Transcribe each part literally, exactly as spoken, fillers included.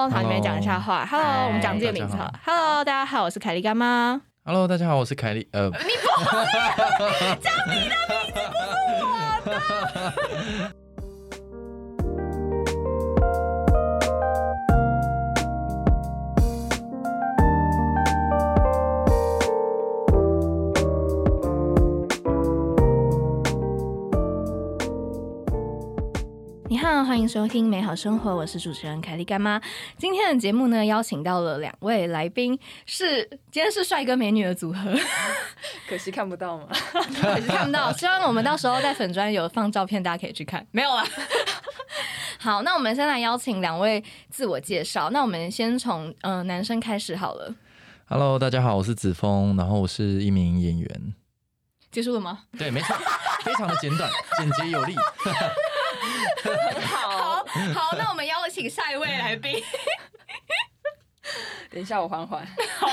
Hello， 好，你们讲一下话。Hello， 我们讲自己的名字好。Hello， 大家好，我是凯莉干妈。 Hello， 大家好，我是凯莉。呃， 你不是讲你的名字，不是我的。你好，欢迎收听美好生活，我是主持人凯莉干妈。今天的节目呢，邀请到了两位来宾，是今天是帅哥美女的组合， 可惜看不到嘛， 可惜看不到。希望我们到时候在粉专有放照片，大家可以去看。没有啦。好，那我们先来邀请两位自我介绍。那我们先从呃男生开始好了。 Hello， 大家好，我是子峰，然后我是一名演员。 结束了吗？ 对，没错，非常的简短、简洁有力。 好好，那我们邀请下一位来宾。 等一下，我缓缓。好，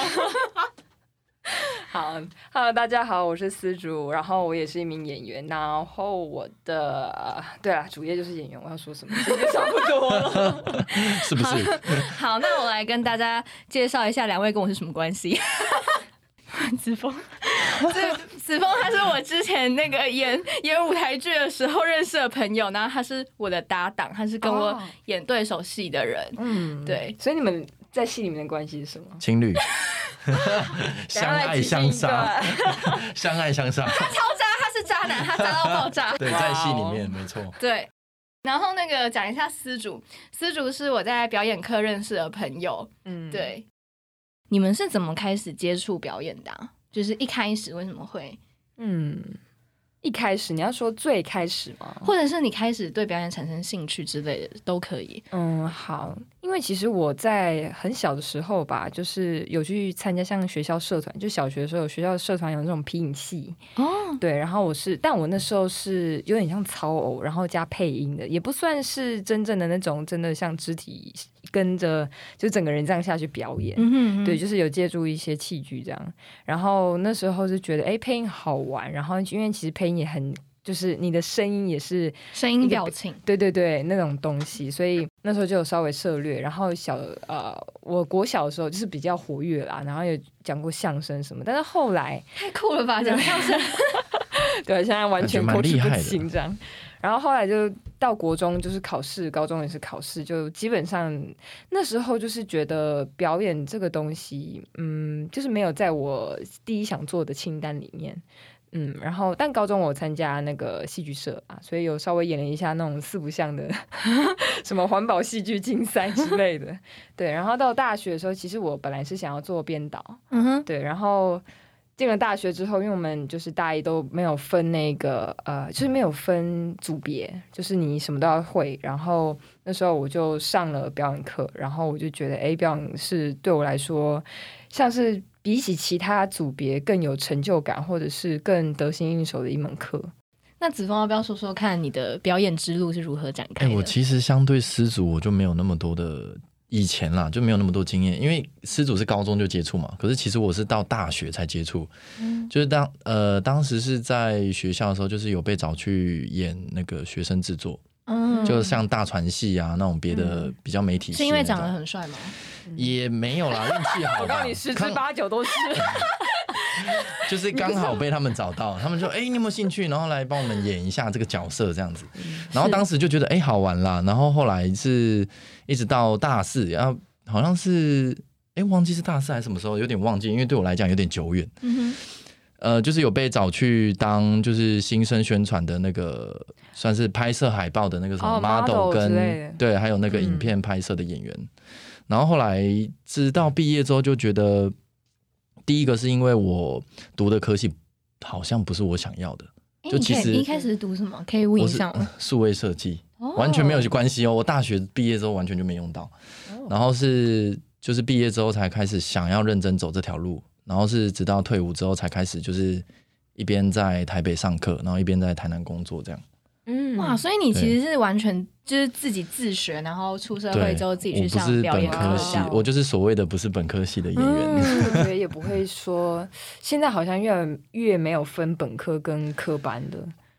好 ，Hello， 大家好，我是丝竹，然后我也是一名演员，然后我的对啦，主业就是演员。我要说什么？其实差不多了， 是不是？ 好，那我来跟大家介绍一下两位跟我是什么关系。子峰，子峰他是我之前那个演演舞台剧的时候认识的朋友，然后他是我的搭档，他是跟我演对手戏的人。嗯，对， 所以你们在戏里面的关系是什么？ 情侣，相爱相杀，相爱相杀。 他超渣，他是渣男，他渣到爆炸。 对，在戏里面没错。 对，然后那个讲一下丝竹，丝竹是我在表演课认识的朋友。嗯，对。你们是怎么开始接触表演的、啊？就是一开始为什么会？ 嗯，一开始你要说最开始吗？ 或者是你开始对表演产生兴趣之类的都可以。 嗯，好，因为其实我在很小的时候吧，就是有去参加像学校社团，就小学的时候有学校社团有那种皮影戏哦，对，然后我是，但我那时候是有点像操偶，然后加配音的，也不算是真正的那种真的像肢体。跟着就整个人这样下去表演，嗯哼哼对，就是有借助一些器具这样。然后那时候是觉得，哎，配音好玩。然后因为其实配音也很，就是你的声音也是声音表情， 对对对，那种东西。所以那时候就有稍微涉猎。然后小呃，我国小的时候就是比较活跃啦，然后有讲过相声什么。但是后来太酷了吧，讲相声， 对，现在完全口齿不清这样。然后后来就到国中，就是考试，高中也是考试，就基本上那时候就是觉得表演这个东西，嗯，就是没有在我第一想做的清单里面，嗯，然后但高中我参加那个戏剧社啊，所以有稍微演了一下那种四不像的什么环保戏剧竞赛之类的，对，然后到大学的时候，其实我本来是想要做编导，嗯哼，对，然后。进了大学之后，因为我们就是大一都没有分那个呃，就是没有分组别，就是你什么都要会。然后那时候我就上了表演课，然后我就觉得，哎，表演是对我来说，像是比起其他组别更有成就感，或者是更得心应手的一门课。 那子峰要不要说说看你的表演之路是如何展开的？ 欸、我其实相对丝竹我就没有那么多的。以前啦就没有那么多经验，因为丝竹是高中就接触嘛，可是其实我是到大学才接触，嗯、就是当呃当时是在学校的时候，就是有被找去演那个学生制作，嗯，就像大传系啊那种别的比较媒体系， 是因为长得很帅吗？ 也没有啦，运气好吧， 我告诉你十之八九都是。 就是刚好被他们找到，他们说：“哎、欸，你有没有兴趣？然后来帮我们演一下这个角色，这样子。”然后当时就觉得：“哎、欸，好玩啦。”然后后来是一直到大四，然后好像是哎、欸，忘记是大四还是什么时候，有点忘记，因为对我来讲有点久远。嗯哼，呃，就是有被找去当就是新生宣传的那个，算是拍摄海报的那个什么 model 跟、哦、对，还有那个影片拍摄的演员。嗯、然后后来直到毕业之后，就觉得。第一个是因为我读的科系好像不是我想要的， 就其实你一开始是读什么？可以问一下吗？ 数位设计，完全没有关系哦。我大学毕业之后完全就没用到，然后是就是毕业之后才开始想要认真走这条路，然后是直到退伍之后才开始就是一边在台北上课，然后一边在台南工作这样。 嗯，哇，所以你其实是完全就是自己自学，然然后出社会之后自己去上表演课系， 我就是所谓的不是本科系的演员。 嗯、我觉得也不会说，现在好像越越没有分本科跟科班的。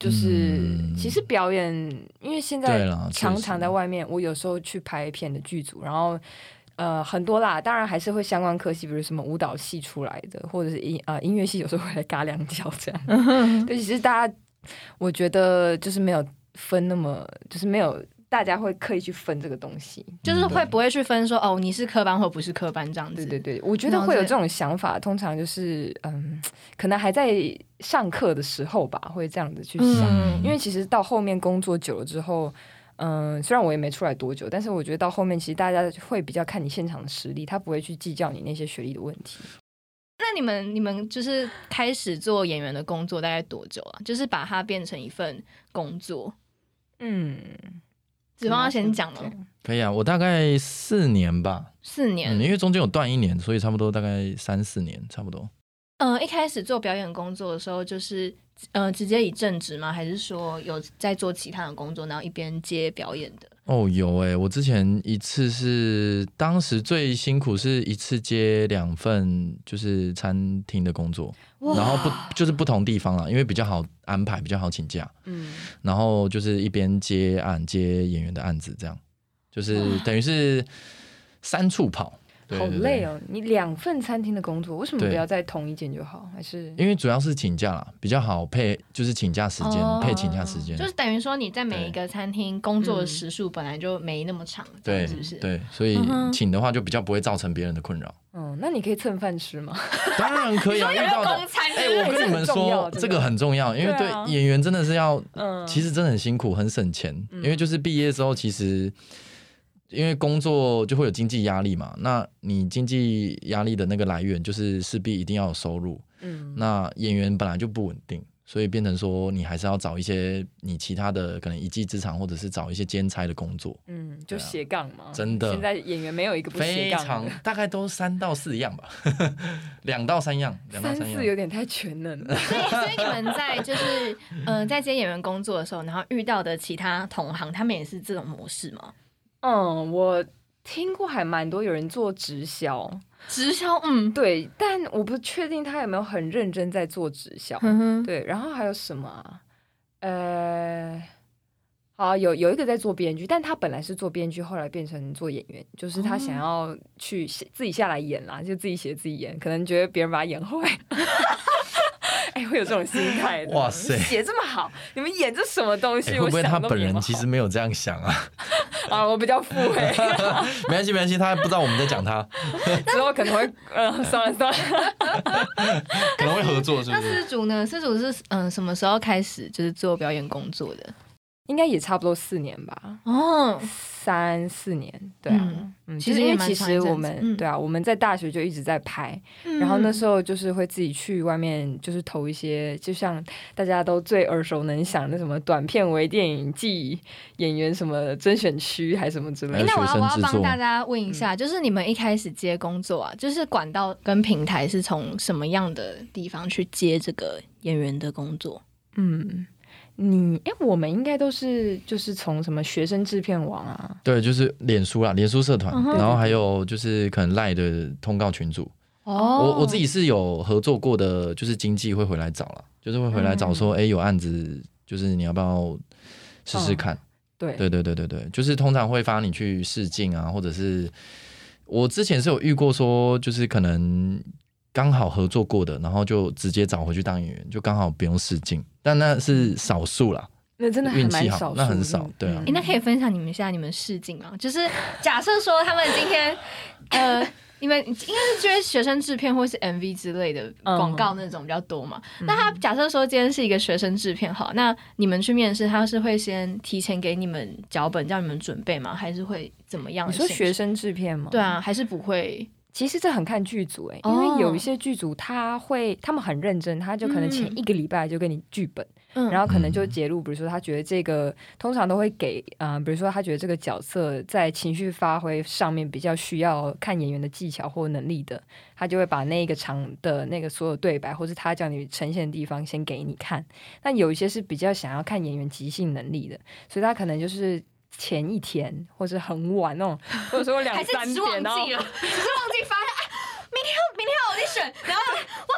就是、嗯、其实表演，因为现在常常在外面，我有时候去拍片的剧组，然后呃很多啦，当然还是会相关科系，比如什么舞蹈系出来的，或者是音呃音乐系，有时候会来嘎两脚这样。嗯、对，其实大家我觉得就是没有分那么，就是没有。大家会刻意去分这个东西， 就是会不会去分说哦，你是科班或不是科班这样子？ 对对对，我觉得会有这种想法，通常就是嗯，可能还在上课的时候吧，会这样子去想。嗯、因为其实到后面工作久了之后，嗯，虽然我也没出来多久，但是我觉得到后面其实大家会比较看你现场的实力，他不会去计较你那些学历的问题。 那你们你们就是开始做演员的工作大概多久啊？就是把它变成一份工作？嗯。子枫要先讲吗？ 可以啊，我大概四年吧。 四年、 嗯，因为中间有断一年，所以差不多大概三四年，差不多。 嗯、呃，一开始做表演工作的时候，就是呃直接以正职吗？还是说有在做其他的工作，然后一边接表演的？ 哦，有哎、欸，我之前一次是当时最辛苦，是一次接两份就是餐厅的工作，然后不就是不同地方啦，因为比较好安排，比较好请假。嗯，然后就是一边接案接演员的案子，这样就是等于是三处跑。对对对， 好累哦！你两份餐厅的工作，为什么不要在同一间就好？还是因为主要是请假啦，比较好配，就是请假时间、哦、配请假时间， 就是等于说你在每一个餐厅工作的时数本来就没那么长， 对， 是不是？ 对，所以请的话就比较不会造成别人的困扰。 嗯，那你可以蹭饭吃吗？ 当然可以啊，遇到的。哎、欸，我跟你们说，这个很重要，因为对演员真的是要，嗯、其实真的很辛苦，很省钱，嗯、因为就是毕业之后，其实。因为工作就会有经济压力嘛，那你经济压力的那个来源就是势必一定要有收入。嗯，那演员本来就不稳定，所以变成说你还是要找一些你其他的可能一技之长，或者是找一些兼差的工作。 嗯，就斜杠嘛、啊。 真的， 现在演员没有一个不斜杠的。 非常，大概都三到四样吧，两到三样，两到三样。 三四有点太全能了。 所以，所以你们在就是呃在接演员工作的时候，然后遇到的其他同行，他们也是这种模式吗？ 嗯，我听过还蛮多有人做直销， 直销，嗯， 对，但我不确定他有没有很认真在做直销，嗯哼，对，然后还有什么、啊？呃，好，有有一个在做编剧，但他本来是做编剧，后来变成做演员，就是他想要去自己下来演啦，就自己写自己演，可能觉得别人把他演坏。哎，会有这种心态的。哇塞，写这么好，你们演这什么东西？ 欸、会不会他本人其实没有这样想啊？ 啊，我比较腹黑。 没关系，没关系，他不知道我们在讲他。 之后可能会，呃，算了算了， 可能会合作，是不是？ 那施主呢？施主是嗯、呃、什么时候开始就是做表演工作的？ 应该也差不多四年吧。哦。三四年，对啊，嗯，嗯其实因为其实我们、嗯、对啊，我们在大学就一直在拍、嗯，然后那时候就是会自己去外面，就是投一些，就像大家都最耳熟能详的什么短片微电影季演员什么甄选区还是什么之类的。 那我要我要帮大家问一下、嗯，就是你们一开始接工作啊，就是管道跟平台是从什么样的地方去接这个演员的工作？ 嗯。你哎、欸，我们应该都是就是从什么学生制片网啊， 对，就是脸书啦，脸书社团、嗯，然后还有就是可能 LINE 的通告群组。哦，我我自己是有合作过的，就是经纪会回来找啦，就是会回来找说，哎、嗯欸，有案子，就是你要不要试试看、哦？对，对对对对对，就是通常会发你去试镜啊，或者是我之前是有遇过说，就是可能。刚好合作过的，然后就直接找回去当演员，就刚好不用试镜，但那是少数啦。 那真的还蛮少数， 那很少，对啊。 欸、那可以分享你们一下你们试镜吗？就是假设说他们今天，呃，你们应该是觉得学生制片或是 M V 之类的广告那种比较多嘛？嗯、那他假设说今天是一个学生制片，好，那你们去面试，他是会先提前给你们脚本，叫你们准备吗？还是会怎么样？ 你说学生制片吗？ 对啊，还是不会？ 其实这很看剧组哎、欸，因为有一些剧组他会，他们很认真，他就可能前一个礼拜就给你剧本、嗯，然后可能就揭露，比如說他覺得這個通常都會給啊、呃，比如說他覺得這個角色在情緒發揮上面比較需要看演員的技巧或能力的，他就會把那個場的那個所有對白，或是他叫你呈現的地方先給你看。但有一些是比較想要看演員即興能力的，所以他可能就是前一天或是很晚那種，或者說兩三點，然後只是忘記發現。明天明天要 audition，然後忘記寄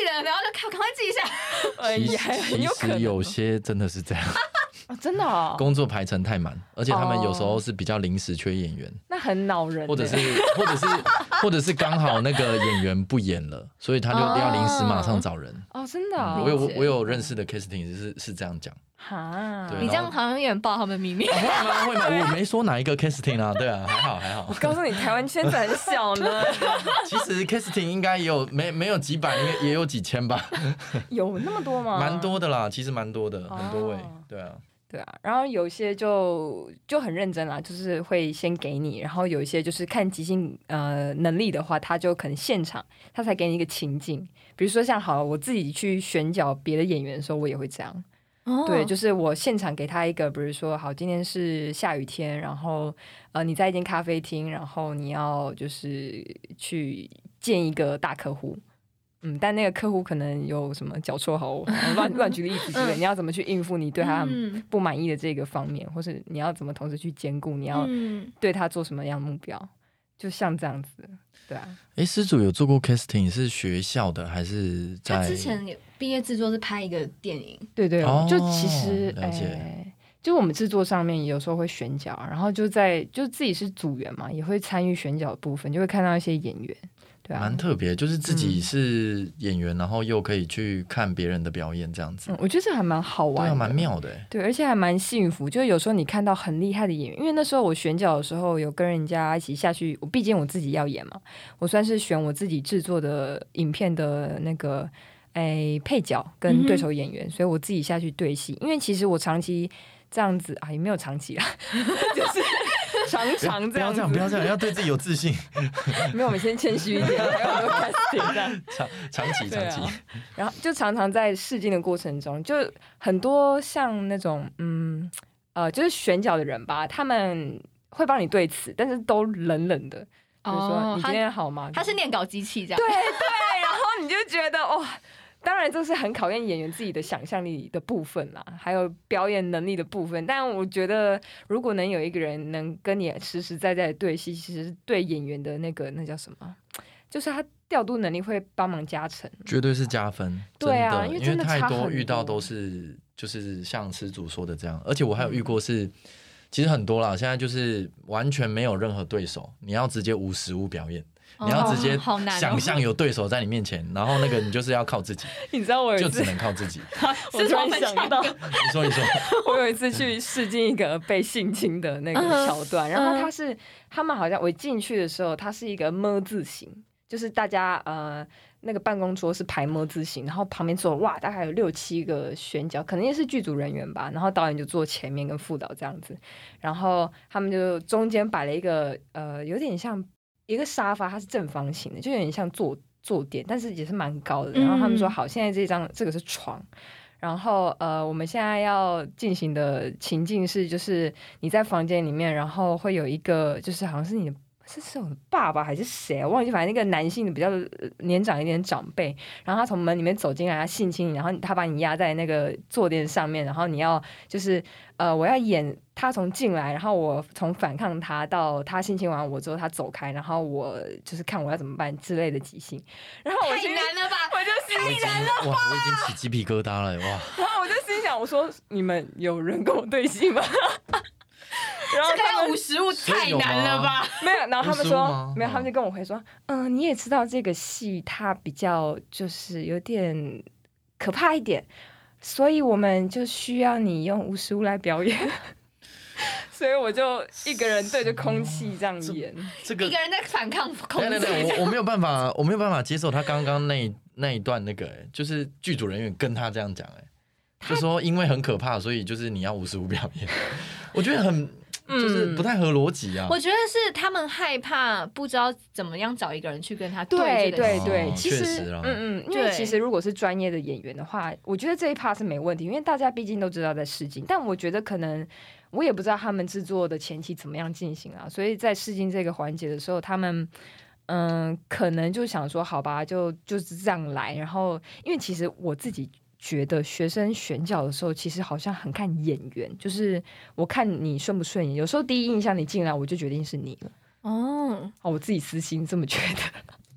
的，然后就赶快记一下。 呃，也还很有可能。 其实有些真的是这样。 哦，真的哦， 工作排程太满，而且他们有时候是比较临时缺演员， 那很恼人。 或者是或者是或者是刚好那个演员不演了，所以他就要临时马上找人。 哦，真的、哦嗯，我有我有认识的 casting 是是这样讲。 哈， 你这样好像有点爆他们秘密。 啊、会吗？会吗？我没说哪一个 casting 啊，对啊，还好还好。 我告诉你，台湾圈子很小呢。 其实 casting 应该也有没没有几百，应该也有几千吧。 有那么多吗？ 蛮多的啦，其实蛮多的， 哦、 很多位，对啊。 对啊，然后有些就就很认真啦，就是会先给你，然后有一些就是看即兴呃能力的话，他就可能现场他才给你一个情境，比如说像好我自己去选角别的演员的时候，我也会这样。哦、对，就是我现场给他一个，比如说好，今天是下雨天，然后呃你在一间咖啡厅，然后你要就是去见一个大客户。嗯，但那个客户可能有什么脚臭好乱乱举例子之类，你要怎么去应付你对他不满意的这个方面，或是你要怎么同时去兼顾，你要对他做什么样的目标，就像这样子，对啊。 哎，施主有做过 casting 是学校的还是在？ 他之前毕业制作是拍一个电影， 对对， 哦、 就其实了解。 欸就我们制作上面有时候会选角，然后就在就自己是组员嘛，也会参与选角的部分，就会看到一些演员。对啊， 蛮特别，就是自己是演员、嗯，然后又可以去看别人的表演，这样子。 嗯，我觉得这还蛮好玩的， 对啊，蛮妙的。 对，而且还蛮幸福。就是有时候你看到很厉害的演员，因为那时候我选角的时候有跟人家一起下去，我毕竟我自己要演嘛，我算是选我自己制作的影片的那个诶配角跟对手演员、嗯，所以我自己下去对戏。因为其实我长期这样子啊，也没有长期啦，就是常常这样子。 不要这样，不要这样，要对自己有自信。 没有，我们先谦虚一点，不要很多 casting 这样。 长长期长期、啊， 然后就常常在试镜的过程中，就很多像那种嗯呃，就是选角的人吧，他们会帮你对词，但是都冷冷的，比如说你今天好吗？ 他是念稿机器这样。 对对，然后你就觉得哇。当然，这是很考验演员自己的想象力的部分啦，还有表演能力的部分。但我觉得，如果能有一个人能跟你实实在在的对戏，其实对演员的那个那叫什么，就是他调度能力会帮忙加成， 绝对是加分。 对啊，因为真的太多遇到都是就是像施主说的这样，而且我还有遇过是，嗯、其实很多啦，现在就是完全没有任何对手，你要直接无实物表演。你要直接想象有对手在你面前，哦哦、然后那个你就是要靠自己。 你知道我有一次就只能靠自己。 我突然想到，你说你说， 我有一次去试镜一个被性侵的那个桥段，然后他是他们好像我进去的时候，它是一个么字形，就是大家呃那个办公桌是排么字形，然后旁边坐哇大概有六七个选角，可能也是剧组人员吧，然后导演就坐前面跟副导这样子，然后他们就中间摆了一个呃有点像。一个沙发，它是正方形的，就有点像坐坐垫，但是也是蛮高的。然后他们说：“好，现在这张这个是床，然后呃，我们现在要进行的情境是，就是你在房间里面，然后会有一个，就是好像是你的。”是是我的爸爸还是谁啊？忘记，反正那个男性的比较年长一点的长辈，然后他从门里面走进来，他性侵你，然后他把你压在那个坐垫上面，然后你要就是呃，我要演他从进来，然后我从反抗他到他性侵完我之后他走开，然后我就是看我要怎么办之类的即兴。然后我太难了吧， 我就心太难了吧， 哇，我已经起鸡皮疙瘩了哇！ 然后我就心想，我说你们有人跟我对戏吗？ 然后他们无实物太难了吧？ 没有，然后他们说没有，他们就跟我回说，嗯、呃，你也知道这个戏它比较就是有点可怕一点，所以我们就需要你用无实物来表演。所以我就一个人对着空气这样演， 这个一个人在反抗空气。 对对对，我我没有办法，我没有办法接受他刚刚那那一段那个、欸，就是剧组人员跟他这样讲、欸，哎，就说因为很可怕，所以就是你要无实物表演。我觉得很。就是不太合逻辑啊！ 我觉得是他们害怕，不知道怎么样找一个人去跟他对对这个对对， 哦、 其实啊、 嗯嗯，因为其实如果是专业的演员的话，我觉得这一 part 是没问题，因为大家毕竟都知道在试镜，但我觉得可能我也不知道他们制作的前期怎么样进行啊，所以在试镜这个环节的时候，他们嗯可能就想说，好吧，就就是这样来，然后因为其实我自己。觉得学生选角的时候，其实好像很看演员，就是我看你顺不顺眼。有时候第一印象你进来，我就决定是你了。哦，哦，我自己私心这么觉得。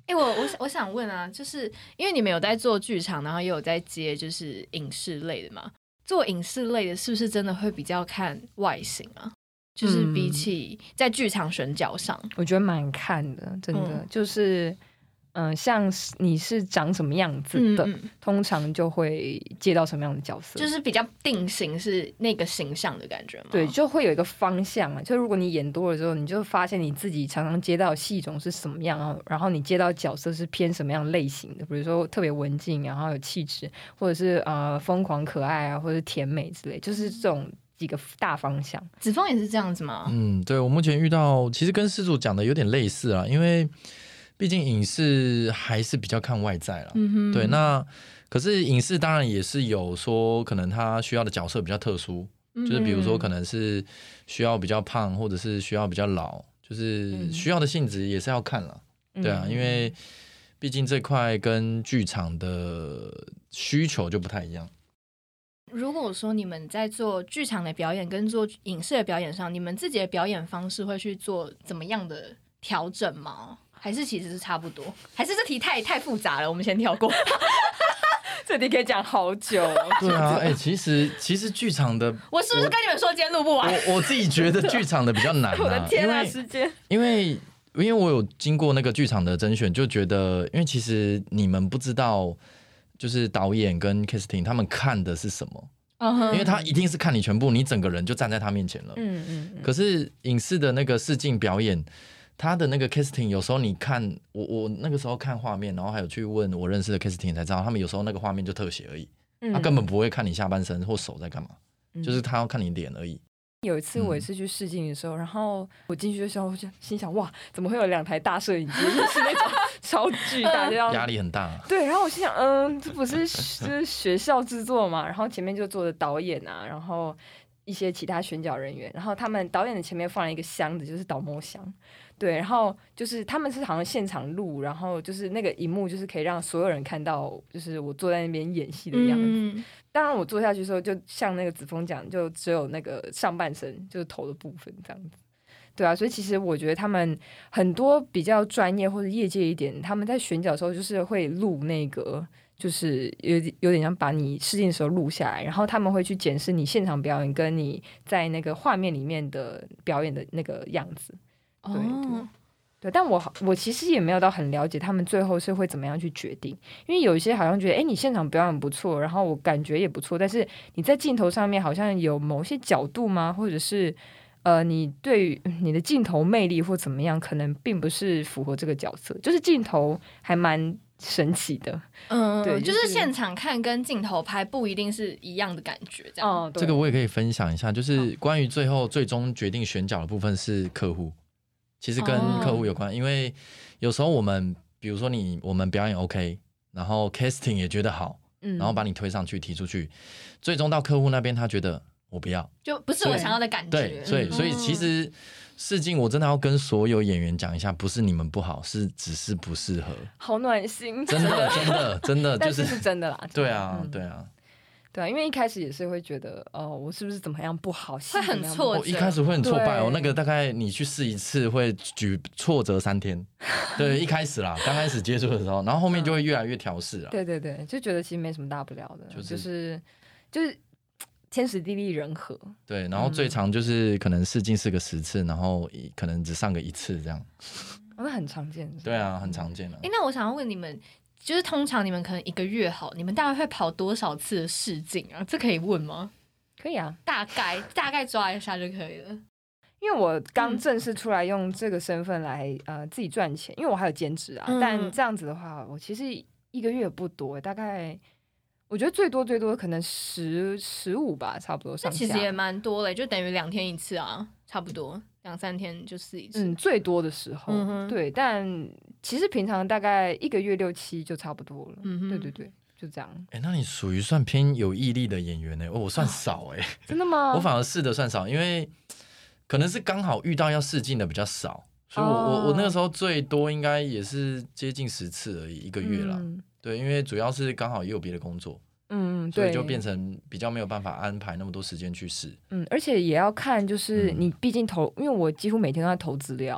哎、欸，我我我想问啊，就是因为你们有在做剧场，然后也有在接就是影视类的嘛？做影视类的，是不是真的会比较看外形啊？就是比起在剧场选角上， 嗯、我觉得蛮看的，真的、嗯、就是。嗯，像你是长什么样子的，嗯嗯通常就会接到什么样的角色， 就是比较定型是那个形象的感觉吗？ 对，就会有一个方向嘛。就如果你演多了之后，你就发现你自己常常接到戏种是什么样，然后你接到角色是偏什么样类型的，比如说特别文静，然后有气质，或者是呃疯狂可爱啊，或者是甜美之类，就是这种几个大方向。 子枫也是这样子吗？ 嗯，对，我目前遇到其实跟施主讲的有点类似啊，因为。毕竟影视还是比较看外在啦，嗯哼，对，那可是影视当然也是有说可能他需要的角色比较特殊，嗯、就是比如说可能是需要比较胖，或者是需要比较老，就是需要的性质也是要看啦，嗯、对啊，因为毕竟这块跟剧场的需求就不太一样。 如果说你们在做剧场的表演跟做影视的表演上，你们自己的表演方式会去做怎么样的调整吗？还是其实是差不多？还是这题太太复杂了，我们先跳过。 这题可以讲好久、哦。 对啊，哎、欸，其实其实剧场的， 我是不是跟你们说今天录不完？ 我我自己觉得剧场的比较难、啊。 我的天啊，时间！ 因为因为我有经过那个剧场的甄选，就觉得，因为其实你们不知道，就是导演跟 casting 他们看的是什么。Uh-huh. 因为他一定是看你全部，你整个人就站在他面前了。嗯嗯嗯。可是影视的那个试镜表演。他的那个 casting 有时候你看我我那个时候看画面，然后还有去问我认识的 casting 才知道，他们有时候那个画面就特写而已，嗯、他根本不会看你下半身或手在干嘛，嗯、就是他要看你脸而已。 有一次我也是去试镜的时候，嗯、然后我进去的时候，我就心想哇，怎么会有两台大摄影机，是那种超巨大的， 压力很大。 对，然后我心想，嗯，这不是是学校制作嘛？然后前面就坐着导演啊，然后一些其他选角人员，然后他们导演的前面放了一个箱子，就是导模箱。对，然后就是他们是好像现场录，然后就是那个荧幕就是可以让所有人看到，就是我坐在那边演戏的样子。嗯、当然我坐下去的时候，就像那个子枫讲，就只有那个上半身，就是头的部分这样子。对啊，所以其实我觉得他们很多比较专业或者业界一点，他们在选角的时候就是会录那个，就是有有点像把你试镜的时候录下来，然后他们会去检视你现场表演跟你在那个画面里面的表演的那个样子。对对对，但我我其实也没有到很了解他们最后是会怎么样去决定，因为有一些好像觉得，哎，你现场表演不错，然后我感觉也不错，但是你在镜头上面好像有某些角度吗？或者是呃，你对于你的镜头魅力或怎么样，可能并不是符合这个角色，就是镜头还蛮神奇的。 嗯，对，就是、就是现场看跟镜头拍不一定是一样的感觉，这样。 哦、 这个我也可以分享一下，就是关于最后最终决定选角的部分是客户。其实跟客户有关， oh. 因为有时候我们，比如说你我们表演 OK， 然后 casting 也觉得好，嗯、然后把你推上去提出去，最终到客户那边他觉得我不要， 就不是我想要的感觉。 对，所以、嗯、所以其实试镜我真的要跟所有演员讲一下，不是你们不好，是只是不适合。 好暖心， 真的真的真的就是是真的啦。 对啊、嗯、对啊。 对啊，因为一开始也是会觉得，哦，我是不是怎么样不好， 会很挫折、 哦。一开始会很挫败哦，那个大概你去试一次会举挫折三天。对，一开始啦，刚开始接触的时候，然后后面就会越来越调试了、嗯。 对对对，就觉得其实没什么大不了的，就是、就是、就是天时地利人和。 对，然后最长就是可能试镜试个十次，然后可能只上个一次这样。 那、哦、很常见。 对啊，很常见了。 哎，那我想要问你们。就是通常你们可能一个月好，你们大概会跑多少次的试镜啊？这可以问吗？ 可以啊， 大概大概抓一下就可以了。 因为我刚正式出来用这个身份来、嗯、呃自己赚钱，因为我还有兼职啊、嗯。但这样子的话，我其实一个月不多，大概我觉得最多最多可能十十五吧，差不多上下。 那其实也蛮多的，就等于两天一次啊，差不多两三天就试一次。 嗯，最多的时候，嗯、对，但。其实平常大概一个月六七就差不多了，嗯、对对对，就这样。 哎、欸，那你属于算偏有毅力的演员呢、欸？哦，我算少哎、欸， 真的吗？ 我反而试的算少，因为可能是刚好遇到要试镜的比较少，所以我、哦、我我那个时候最多应该也是接近十次而已，一个月啦、嗯。对，因为主要是刚好也有别的工作，嗯，所以就变成比较没有办法安排那么多时间去试。 嗯，而且也要看，就是你毕竟投，因为我几乎每天都在投资料。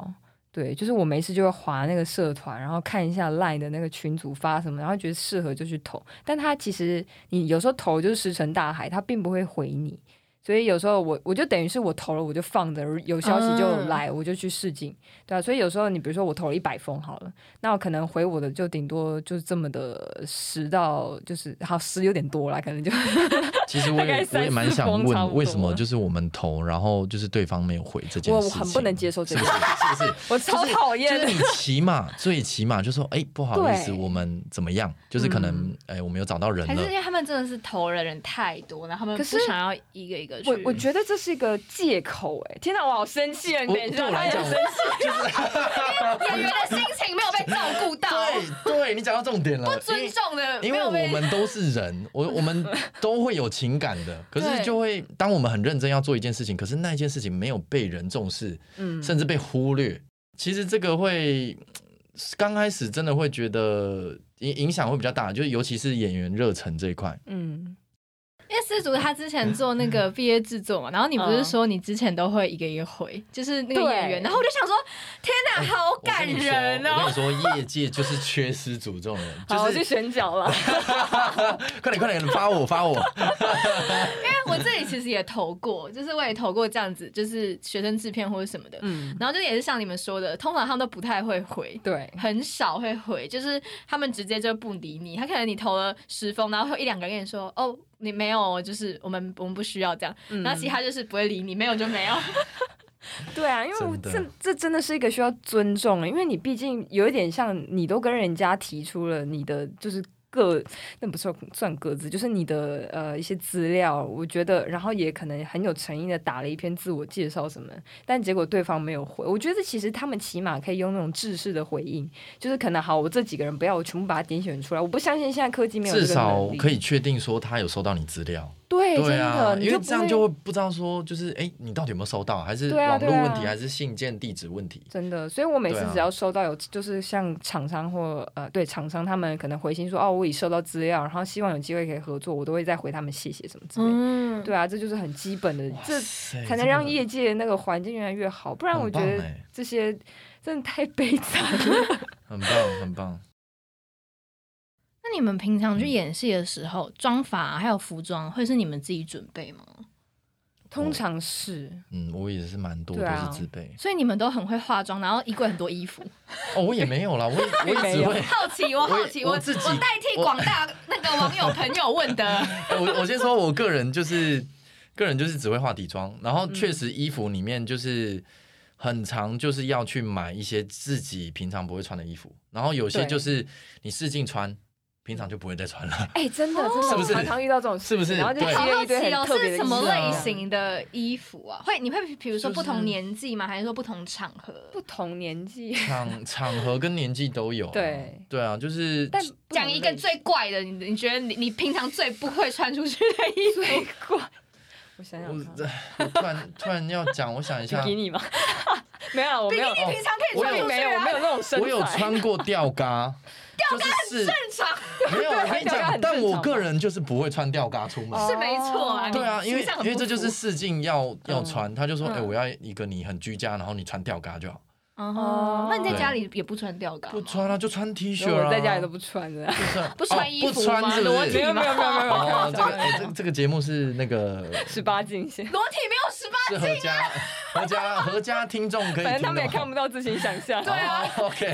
对，就是我没事就会滑那个社团，然后看一下 LINE 的那个群组发什么，然后觉得适合就去投。但他其实你有时候投就是石沉大海，他并不会回你。所以有时候我我就等于是我投了我就放着，有消息就来、嗯、我就去示警，对啊。所以有时候你比如说我投了一百封好了，那我可能回我的就顶多就是这么的十到就是好十有点多啦，可能就其实我也我也蛮想问为什么就是我们投然后就是对方没有回这件事情， 我我很不能接受这件事情， 是不是？ 我超讨厌、 就是，就是你起码最起码就说哎、欸、不好意思我们怎么样，就是可能哎、嗯欸、我们有找到人了， 还是因为他们真的是投的人太多，然后他们不想要一个一个。 我我觉得这是一个借口哎、欸！天哪，我好生气啊！你等一下，他也生气， 就是演员的心情没有被照顾到。 对对，你讲到重点了， 不尊重的， 因为我们都是人，我我们都会有情感的，可是就会当我们很认真要做一件事情，可是那一件事情没有被人重视，嗯，甚至被忽略，其实这个会刚开始真的会觉得影影响会比较大，就是尤其是演员热忱这一块，嗯。 因为思竹他之前做那个毕业制作嘛，然后你不是说你之前都会一个一个回，就是那个演员，然后我就想说，天哪，好感人哦！ 我跟你说，业界就是缺失主这种人，就是好，我去选角了， 快点快点发我发我，因为我这里其实也投过，就是我也投过这样子，就是学生制片或者什么的，嗯，然后就也是像你们说的，通常他们都不太会回，对，很少会回，就是他们直接就不理你，他可能你投了十封，然后会有一两个人跟你说，哦。你没有，就是我们我们不需要这样，嗯、然后其他就是不会理你，没有就没有。 对啊，因为我这这真的是一个需要尊重的，因为你毕竟有一点像你都跟人家提出了你的就是个，那不算算个资，就是你的呃一些资料，我觉得，然后也可能很有诚意的打了一篇自我介绍什么，但结果对方没有回，我觉得其实他们起码可以用那种制式的回应，就是可能好，我这几个人不要，我全部把它点选出来，我不相信现在科技没有这个能力， 至少可以确定说他有收到你资料。 对， 对啊， 真的， 因为这样就会不知道说，就是哎，你到底有没有收到，还是网络问题，还是信件地址问题？ 真的，所以我每次只要收到有，就是像厂商或呃，对厂商他们可能回信说，哦，我已收到资料，然后希望有机会可以合作，我都会再回他们谢谢什么之类的。嗯，对啊，这就是很基本的，这才能让业界那个环境越来越好。不然我觉得这些真的太悲惨了。 很棒，很棒。 那你们平常去演戏的时候，妆法还有服装会是你们自己准备吗？ 通常是， 嗯，我也是蛮多都是自备， 所以你们都很会化妆，然后衣柜很多衣服。 哦，我也没有啦，我我也只会好奇，我好奇，我自己我代替广大那个网友朋友问的。 我我先说，我个人就是个人就是只会化底妆，然后确实衣服里面就是很常就是要去买一些自己平常不会穿的衣服，然后有些就是你试镜穿。平常就不会再穿了。 哎、欸，真的，真的， 是不是常常遇到这种事， 是不是？ 然后就贴一堆很特别的衣服。 是什么类型的衣服啊？会你会比如说不同年纪吗？还是说不同场合？ 不同年纪， 场场合跟年纪都有、啊。对对啊，就是。 但讲一个最怪的，你你觉得你你平常最不会穿出去的衣服？ 最怪。我想想看， 我突然突然要讲，我想一下。 比基尼吗？没有，我没有。 比基尼平常可以穿出去、啊。 没有，我没有那种身材。 我有穿过吊嘎。 吊嘎很正常， 没有我跟你讲，但我个人就是不会穿吊嘎出门， 是没错啊。 对啊，因为因为这就是试镜要要穿，他就说，哎，我要一个你很居家，然后你穿吊嘎就好。 哦，那你在家里也不穿吊嘎？ 不穿啊，就穿 T 恤啊。 我在家里都不穿的， 不穿衣服吗？ 不穿是不是？ 没有没有没有没有。 哦，这个这这个节目是那个十八禁线， 裸体没有十八禁。 是合家合家合家听众可以， 反正他们也看不到，自行想象。 对啊 ，OK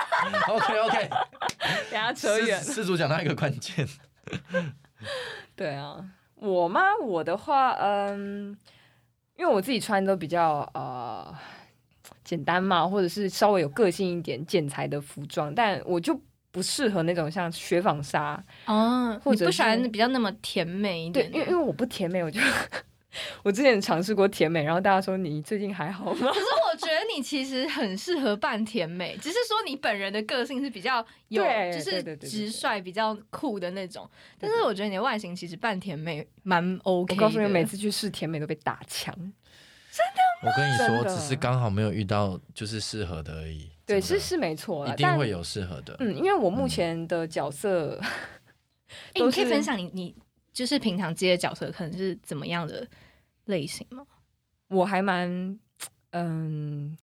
OK OK。 等下扯远了。 施主讲到一个关键。 对啊，我吗？我的话，嗯，因为我自己穿都比较呃简单嘛，或者是稍微有个性一点、剪裁的服装，但我就不适合那种像雪纺纱哦，或者不喜欢比较那么甜美一点。 对，因为因为我不甜美，我就。我之前尝试过甜美，然后大家说你最近还好吗？ 可是我觉得你其实很适合扮甜美，只是说你本人的个性是比较有，就是直率、比较酷的那种。但是我觉得你的外形其实扮甜美蛮 OK 的。 我告诉你，每次去试甜美都被打枪。 真的吗？ 我跟你说，只是刚好没有遇到就是适合的而已。 对，是是没错， 一定会有适合的。 嗯，因为我目前的角色， 哎、嗯，你可以分享你你就是平常接的角色可能是怎么样的类型吗？ 我还蛮嗯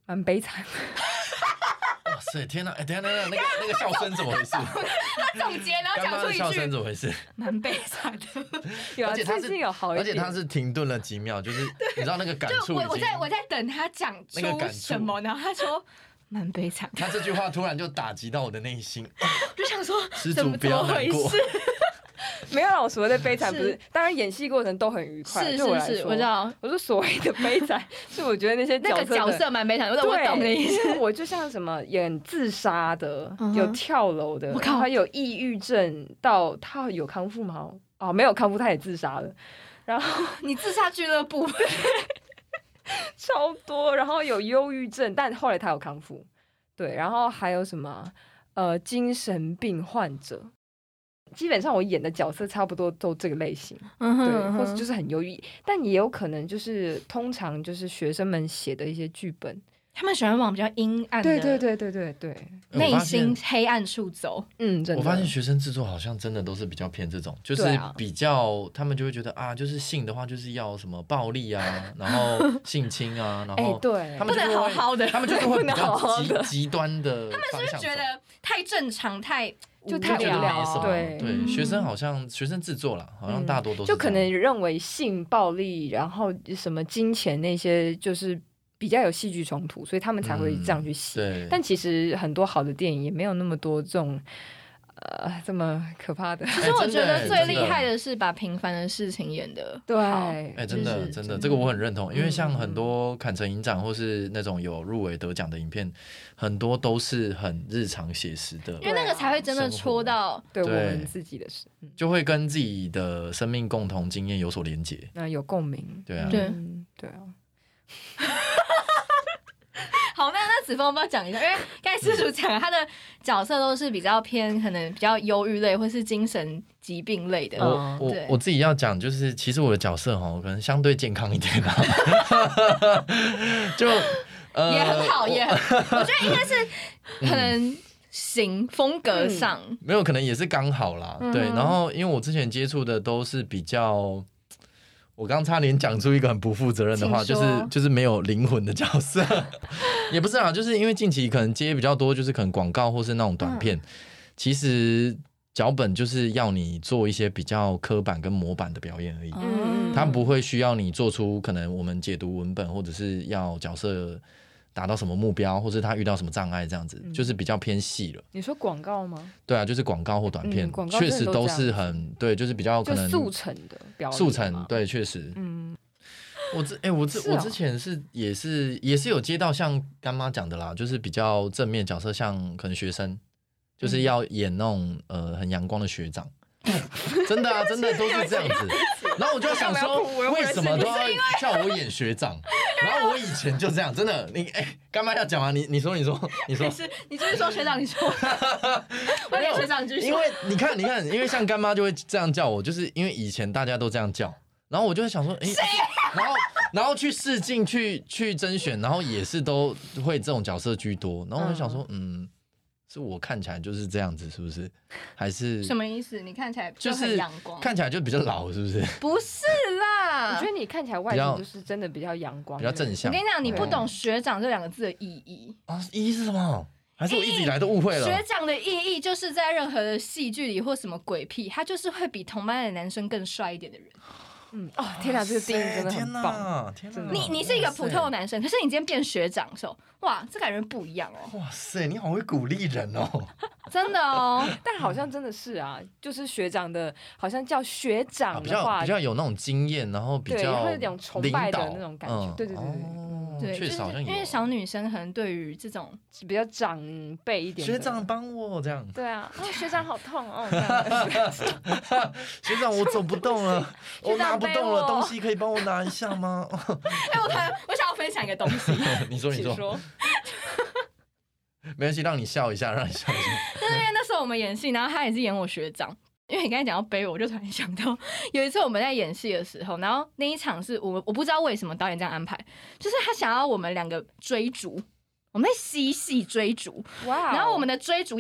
蛮悲惨的。 哇塞，天哪！哎、欸，等一下，等一下，那个那个笑声怎么回事？ 他总结，然后讲出一句， 笑声怎么回事？ 蛮悲惨的。 有啊， 而且他是有好一点， 而且他是停顿了几秒，就是你知道那个感触。 我我在我在等他讲出什么， 那然后他说蛮悲惨。 他这句话突然就打击到我的内心， 就想说施主不要难过。 没有啦，我所谓的悲惨不是，当然演戏过程都很愉快。 是是是是，我知道。 我说所谓的悲惨，是我觉得那些角色那个角色蛮悲惨的，我懂的意思。 我就像什么演自杀的，有跳楼的， 我靠， 他有抑郁症，到他有康复吗？哦，没有康复，他也自杀了。然后你自杀俱乐部超多，然后有忧郁症，但后来他有康复。对，然后还有什么呃精神病患者。基本上我演的角色差不多都这个类型， 嗯、 对，或者就是很忧郁，但也有可能就是通常就是学生们写的一些剧本， 他们喜欢往比较阴暗的， 对对对对对对， 内心黑暗处走。 嗯，真的。 我发现学生制作好像真的都是比较偏这种，就是比较、啊、他们就会觉得啊，就是性的话就是要什么暴力啊，然后性侵啊，然后、 欸、对， 他们就不能好好的， 他们就是会比较极极端的方向走。 他们是不是觉得太正常太？ 就太无聊，对对、嗯，学生好像学生制作啦，好像大多都是、嗯、 就可能认为性暴力，然后什么金钱那些就是比较有戏剧冲突，所以他们才会这样去写、 嗯。 但其实很多好的电影也没有那么多这种呃这么可怕的。 其实我觉得最厉害的是把平凡的事情演得对， 哎、欸，真的、就是、真的，这个我很认同，因为像很多坎城影展或是那种有入围得奖的影片，很多都是很日常写实的， 因为那个才会真的戳到对我们自己的事， 就会跟自己的生命共同经验有所连结， 那有共鸣， 对啊， 对、 嗯、对啊。 好，那那子枫要不要讲一下？因为刚才施主讲了他的角色都是比较偏可能比较忧郁类或是精神疾病类的。 我我我自己要讲，就是其实我的角色哦，可能相对健康一点啦，就呃也很好，也很，我觉得应该是可能型风格上、 嗯、没有，可能也是刚好啦、嗯。对，然后因为我之前接触的都是比较。我刚差点讲出一个很不负责任的话，就是就是没有灵魂的角色，也不是啊，就是因为近期可能接比较多，就是可能广告或是那种短片，嗯、其实脚本就是要你做一些比较刻板跟模板的表演而已，嗯、它不会需要你做出可能我们解读文本或者是要角色达到什么目标，或是他遇到什么障碍这样子、嗯，就是比较偏细了。 你说广告吗？ 对啊，就是广告或短片，确、嗯、实都是很对，就是比较可能速成的表演。 速成，对，确实。嗯，我之哎、欸，我之、哦、我之前是也是也是有接到像干妈讲的啦，就是比较正面角色，像可能学生，就是要演那种、嗯、呃很阳光的学长。真的啊，真的都是这样子。然后我就想说，为什么都要叫我演学长？然后我以前就这样，真的。你哎，干嘛要讲啊？你你说你说你说， 是你继续说学长，你说。我演学长继续说。 因为你看你看，因为像干妈就会这样叫我，就是因为以前大家都这样叫，然后我就会想说，哎，然后然后去试镜去去甄选，然后也是都会这种角色居多，然后我就想说，嗯。是我看起来就是这样子，是不是？还是什么意思？你看起来就很阳光， 就是、看起来就比较老，是不是？ 不是啦， 我觉得你看起来外形就是真的比较阳光， 比较正向。 我跟你讲，你不懂学长这两个字的意义啊，意义是什么？还是我一直以来都误会了？ 学长的意义就是在任何的戏剧里或什么鬼屁，他就是会比同班的男生更帅一点的人。 嗯哦，天哪，这个定义真的很棒！ 天哪， 你你是一个普通的男生，可是你今天变学长的时候，哇，这感觉不一样哦！ 哇塞，你好会鼓励人哦！ 真的哦， 但好像真的是啊，就是学长的，好像叫学长的话， 啊、比较比较有那种经验，然后比较会有点崇拜的那种感觉。嗯、对对对对。 哦对， 确实好像有， 因为小女生可能对于这种比较长辈一点， 学长帮我这样。 对啊，哦、学长好痛哦，这样学长我走不动了，我拿不动了，东西可以帮我拿一下吗？ 哎、欸，我突然我想要分享一个东西， 你说你说， 说没关系，让你笑一下，让你笑一下。 就是因为那时候我们演戏，然后他也是演我学长。因为你刚才讲到背我，我就突然想到有一次我们在演戏的时候，然后那一场是我我不知道为什么导演这样安排，就是他想要我们两个追逐，我们在嬉戏追逐，哇！然后我们的追逐要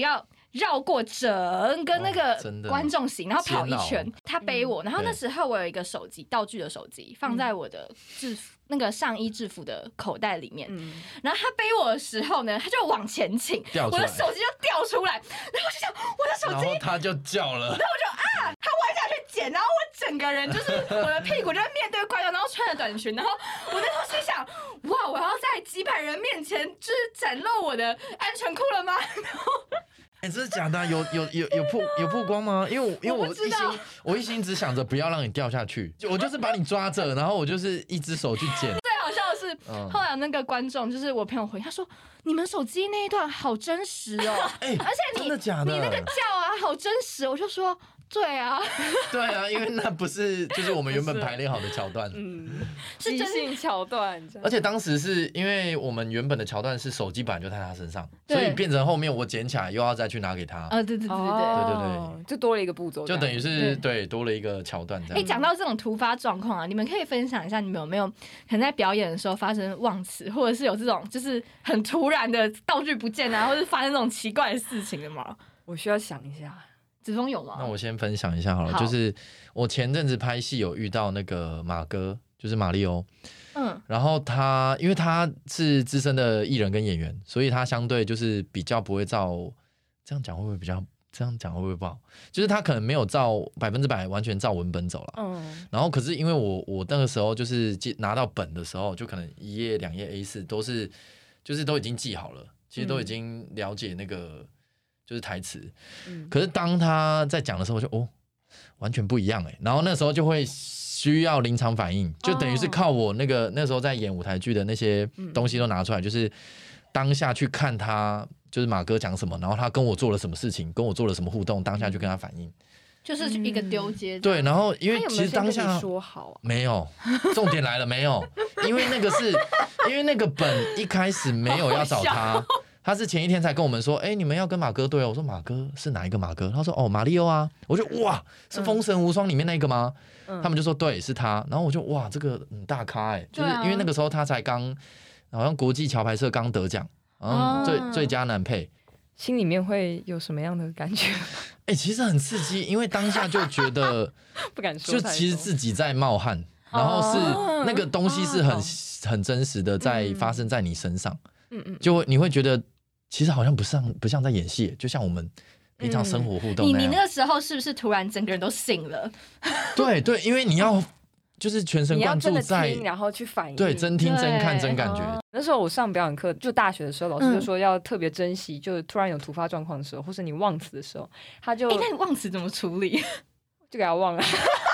绕过整个那个观众席，然后跑一圈。他背我，然后那时候我有一个手机道具的手机放在我的制服、嗯、那个上衣制服的口袋里面、嗯。然后他背我的时候呢，他就往前倾，我的手机就掉出来，然后我就想我的手机， 然后他就叫了，然后我就啊，他弯下去捡，然后我整个人就是我的屁股就面对观众，然后穿着短裙，然后我那时候心想，哇，我要在几百人面前就是展露我的安全裤了吗？然后。 哎、欸，真的假的、啊？有有有有曝有曝光吗？因为我因为我一心我一心只想着不要让你掉下去，我就是把你抓着，然后我就是一只手去捡。 最好笑的是，嗯、后来那个观众就是我朋友回，他说：“你们手机那一段好真实哦， 欸、 而且你真的假的？ 你那个叫啊，好真实。”我就说。对啊， 对啊，因为那不是就是我们原本排练好的桥段， 嗯，是即兴桥段。 而且当时是因为我们原本的桥段是手机本来就在他身上，所以变成后面我捡起来又要再去拿给他。 啊，对对对对对对对对，就多了一个步骤， 就等于是 对, 对多了一个桥段这样。 哎，讲到这种突发状况啊，你们可以分享一下你们有没有可能在表演的时候发生忘词，或者是有这种就是很突然的道具不见啊，或者是发生这种奇怪的事情的吗？ 我需要想一下。 子枫有吗？ 那我先分享一下好了，好就是我前阵子拍戏有遇到那个马哥，就是马里欧，嗯，然后他因为他是资深的艺人跟演员，所以他相对就是比较不会照，这样讲会不会比较这样讲会不会不好？就是他可能没有照百分之百完全照文本走了，嗯，然后可是因为我我那个时候就是拿到本的时候，就可能一页两页 A 四 都是就是都已经记好了，其实都已经了解那个。嗯就是台词，可是当他在讲的时候，我就哦，完全不一样哎。然后那时候就会需要临场反应，就等于是靠我那个那时候在演舞台剧的那些东西都拿出来，就是当下去看他，就是马哥讲什么，然后他跟我做了什么事情，跟我做了什么互动，当下去跟他反应， 就是一个丢接。 对，然后因为其实当下说好、啊、 没有，重点来了没有？因为那个是因为那个本一开始没有要找他。他是前一天才跟我们说，哎、欸，你们要跟马哥对哦。我说马哥是哪一个马哥？他说哦，马里欧啊。我就哇，是《封神无双》里面那个吗？嗯、他们就说对，是他。然后我就哇，这个很大咖哎、欸，就是因为那个时候他才刚，好像国际桥牌社刚得奖，嗯，最最佳男配。 心里面会有什么样的感觉？ 哎、欸，其实很刺激，因为当下就觉得不敢说， 就其实自己在冒汗，然后是那个东西是很、哦、很真实的在发生在你身上。嗯嗯，就你会觉得其实好像不像不像在演戏，就像我们平常生活互动那样、 嗯、你你那个时候是不是突然整个人都醒了？ 对对，因为你要就是全神贯注在， 然后去反应， 对，真听真看真感觉、哦。 那时候我上表演课，就大学的时候，老师就说要特别珍惜，嗯、就突然有突发状况的时候，或是你忘词的时候，他就， 哎、欸，那你忘词怎么处理？ 就给他忘了。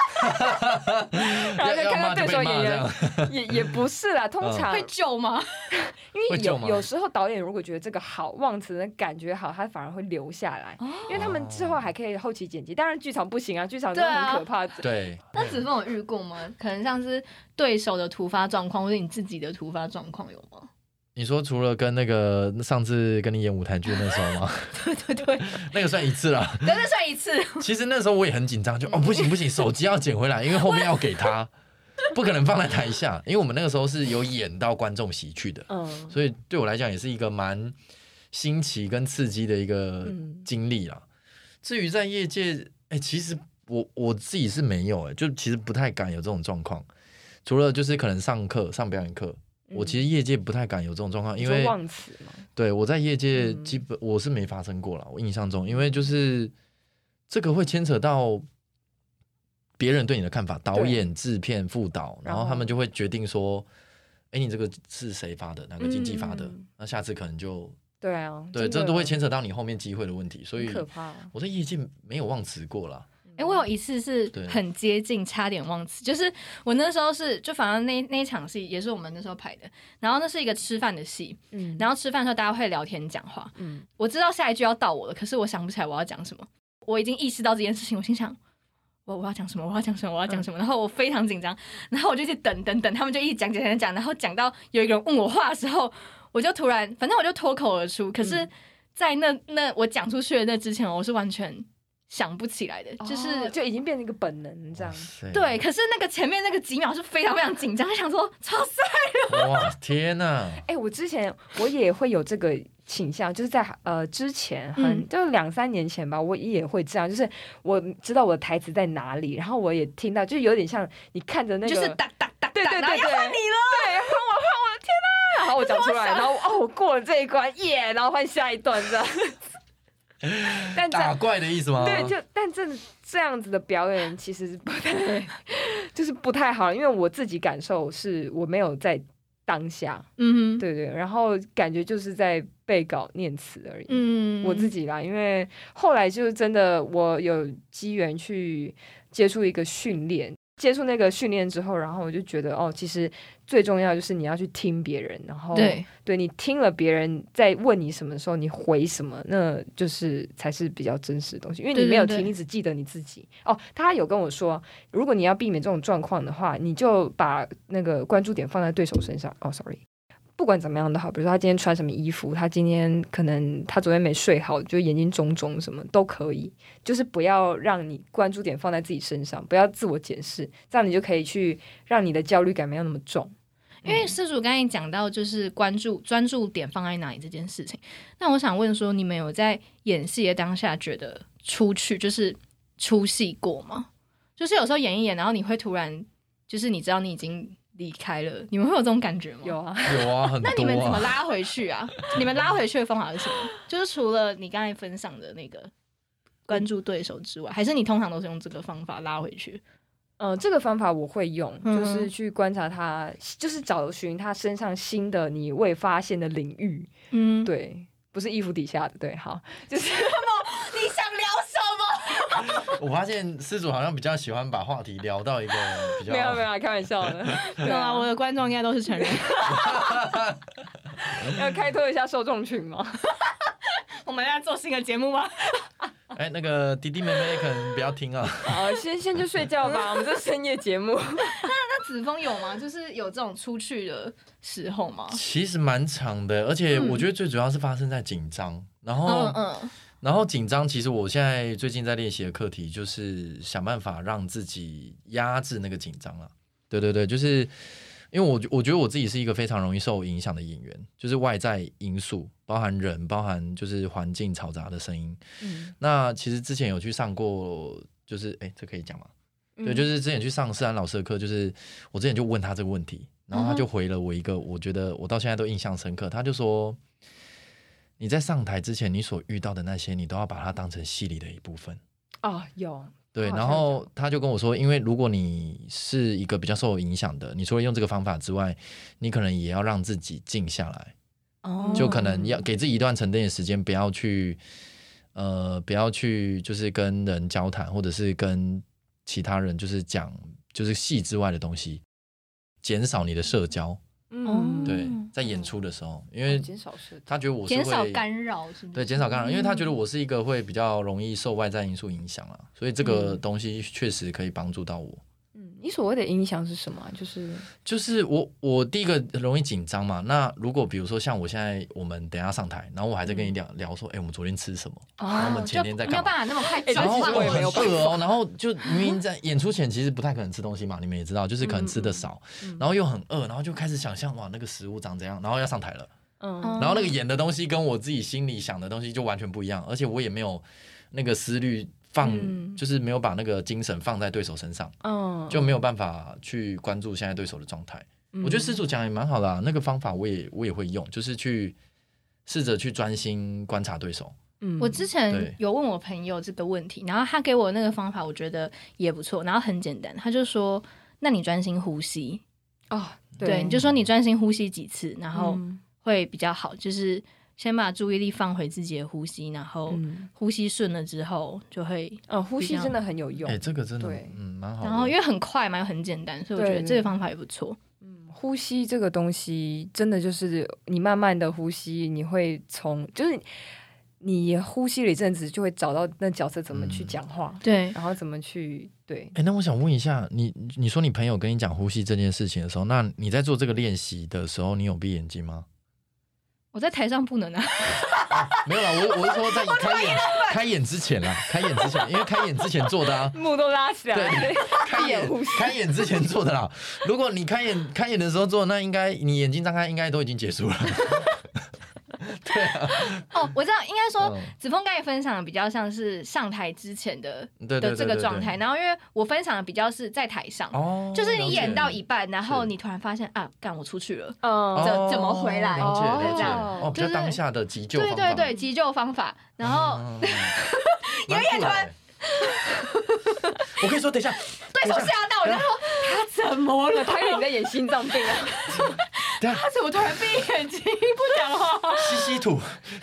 然后再看看对手演员，也也不是啦，通常会救吗？ 因为有有时候导演如果觉得这个好，忘词的感觉好，他反而会留下来，哦、因为他们之后还可以后期剪辑。当然剧场不行啊，剧场真的很可怕。 对， 那子枫有遇过吗？可能像是对手的突发状况，或者你自己的突发状况有吗？ 你说除了跟那个上次跟你演舞台剧那时候吗？ 对对对， 那个算一次啦。 对，那算一次。 其实那时候我也很紧张，就哦不行不行，手机要捡回来，因为后面要给他，不可能放在台下，因为我们那个时候是有演到观众席去的，嗯，所以对我来讲也是一个蛮新奇跟刺激的一个经历啦。至于在业界，哎、欸，其实我我自己是没有、欸，哎，就其实不太敢有这种状况，除了就是可能上课上表演课。我其实业界不太敢有这种状况，因为忘词嘛。对， 我在业界基本我是没发生过啦，我印象中，因为就是这个会牵扯到别人对你的看法，导演、制片、副导，然后他们就会决定说，哎、欸，你这个是谁发的，哪个经纪发的，嗯、那下次可能就对啊， 对，这都会牵扯到你后面机会的问题，所以可怕。 我在业界没有忘词过啦。 哎、欸，我有一次是很接近，差点忘词，就是我那时候是就反正那那一场戏也是我们那时候拍的，然后那是一个吃饭的戏，嗯，然后吃饭的时候大家会聊天讲话，嗯，我知道下一句要到我了，可是我想不起来我要讲什么，我已经意识到这件事情，我心想我我要讲什么，我要讲什么，我要讲什么，然后我非常紧张，然后我就一直等等等，他们就一直讲讲讲讲，然后讲到有一个人问我话的时候，我就突然反正我就脱口而出，可是在那那我讲出去的那之前，我是完全。 想不起来的，就是、 哦、就已经变成一个本能这样。 对，可是那个前面那个几秒是非常非常紧张，想说超帅的。哇，天哪！ 哎、欸，我之前我也会有这个倾向，就是在呃之前很、嗯、就两三年前吧，我也会这样，就是我知道我的台词在哪里，然后我也听到，就有点像你看着那个， 就是哒哒哒， 对对对对， 然后要换你了， 对，换我换我的天哪！然后我讲出来，然后哦，我过了这一关，耶、yeah ！然后换下一段这样。但打怪的意思吗？ 对，就但这这样子的表演其实不太，就是不太好，因为我自己感受是我没有在当下，嗯哼，对对，然后感觉就是在背稿念词而已，嗯，我自己啦，因为后来就是真的我有机缘去接触一个训练。接触那个训练之后，然后我就觉得哦，其实最重要就是你要去听别人，然后对对你听了别人在问你什么的时候，你回什么，那就是才是比较真实的东西。因为你没有听，你只记得你自己。哦，他有跟我说，如果你要避免这种状况的话，你就把那个关注点放在对手身上。哦 ，sorry。不管怎么样都好，比如说他今天穿什么衣服，他今天可能他昨天没睡好，就眼睛肿肿什么都可以，就是不要让你关注点放在自己身上，不要自我检视，这样你就可以去让你的焦虑感没有那么重。 因为施主刚才讲到就是关注专注点放在哪里这件事情，那我想问说，你们有在演戏的当下觉得出去就是出戏过吗？就是有时候演一演，然后你会突然就是你知道你已经离开了，你们会有这种感觉吗？ 有啊， 有啊，很多啊。 那你们怎么拉回去啊？你们拉回去的方法是什么？就是除了你刚才分享的那个关注对手之外，还是你通常都是用这个方法拉回去？ 嗯、呃，这个方法我会用，嗯、就是去观察他，就是找寻他身上新的你未发现的领域。嗯，对，不是衣服底下的，对，好，就是你想聊什么？ 我发现施主好像比较喜欢把话题聊到一个比较没有没有开玩笑的， 对啊，我的观众应该都是成人， 要开拓一下受众群吗？ 我们要做新的节目吗？ 哎、欸，那个弟弟妹妹可能不要听啊。 好，先先去睡觉吧，我们这深夜节目。 那那子枫有吗？就是有这种出去的时候吗？ 其实蛮长的，而且我觉得最主要是发生在紧张，然后嗯嗯。然后紧张，其实我现在最近在练习的课题就是想办法让自己压制那个紧张啊。对对对，就是因为我我觉得我自己是一个非常容易受影响的演员，就是外在因素，包含人，包含就是环境嘈杂的声音。嗯，那其实之前有去上过，就是哎，这可以讲吗？对，就是之前去上世安老师的课，就是我之前就问他这个问题，然后他就回了我一个，我觉得我到现在都印象深刻，他就说，你在上台之前，你所遇到的那些，你都要把它当成戏里的一部分。 哦，有。 对，然后他就跟我说，因为如果你是一个比较受影响的，你除了用这个方法之外，你可能也要让自己静下来。哦。就可能要给自己一段沉淀的时间，不要去，呃，不要去就是跟人交谈，或者是跟其他人就是讲就是戏之外的东西，减少你的社交。嗯，对，在演出的时候，因为他觉得我是会减少干扰，是不是？ 对，减少干扰，因为他觉得我是一个会比较容易受外在因素影响啊，所以这个东西确实可以帮助到我。 嗯，你所谓的影响是什么？就是就是我我第一个容易紧张嘛。那如果比如说像我现在我们等一下上台，然后我还在跟你聊、嗯、聊说，哎、欸，我们昨天吃什么？哦、然后我们前天在干嘛？ 没有办法那么快转换。然后我很饿哦，然后就明明在演出前其实不太可能吃东西嘛，你们也知道，就是可能吃的少，嗯、然后又很饿，然后就开始想象哇那个食物长怎样，然后要上台了，嗯，然后那个演的东西跟我自己心里想的东西就完全不一样，而且我也没有那个思虑。放、嗯、就是没有把那个精神放在对手身上，嗯、就没有办法去关注现在对手的状态。嗯、我觉得施主讲也蛮好的、啊，那个方法我也我也会用，就是去试着去专心观察对手。 嗯，我之前有问我朋友这个问题，然后他给我那个方法，我觉得也不错，然后很简单，他就说：“那你专心呼吸哦，对，对你就说你专心呼吸几次，然后会比较好，就是。”先把注意力放回自己的呼吸，然后呼吸顺了之后就会， 嗯，呼吸真的很有用。 哎、欸，这个真的，嗯，蛮好的。 然后因为很快嘛，又很简单，所以我觉得这个方法也不错。 嗯，呼吸这个东西真的就是你慢慢的呼吸，你会从就是你呼吸了一阵子，就会找到那角色怎么去讲话，嗯、对，然后怎么去对。 哎、欸，那我想问一下，你你说你朋友跟你讲呼吸这件事情的时候，那你在做这个练习的时候，你有闭眼睛吗？ 我在台上不能啊， 啊没有啦，我我是说在开演开演之前啦，开演之前，因为开演之前做的啊， 幕都拉起来， 对，开演开演之前做的啦。如果你开演开演的时候做，那应该你眼睛张开，应该都已经结束了。对啊， 哦，我知道，应该说子枫刚才分享的比较像是上台之前的的这个状态，然后因为我分享的比较是在台上， 哦， 就是你演到一半，然后你突然发现啊，干我出去了，嗯，怎怎么回来？ 了解了解， 哦， 比较当下的急救方法， 对对对，急救方法，然后演演突然。 我可以说，等一下， 对手吓到，我就说他怎么了？ 他以为你在演心脏病啊！ 他怎么突然闭眼睛不讲话？ 吸吸吐。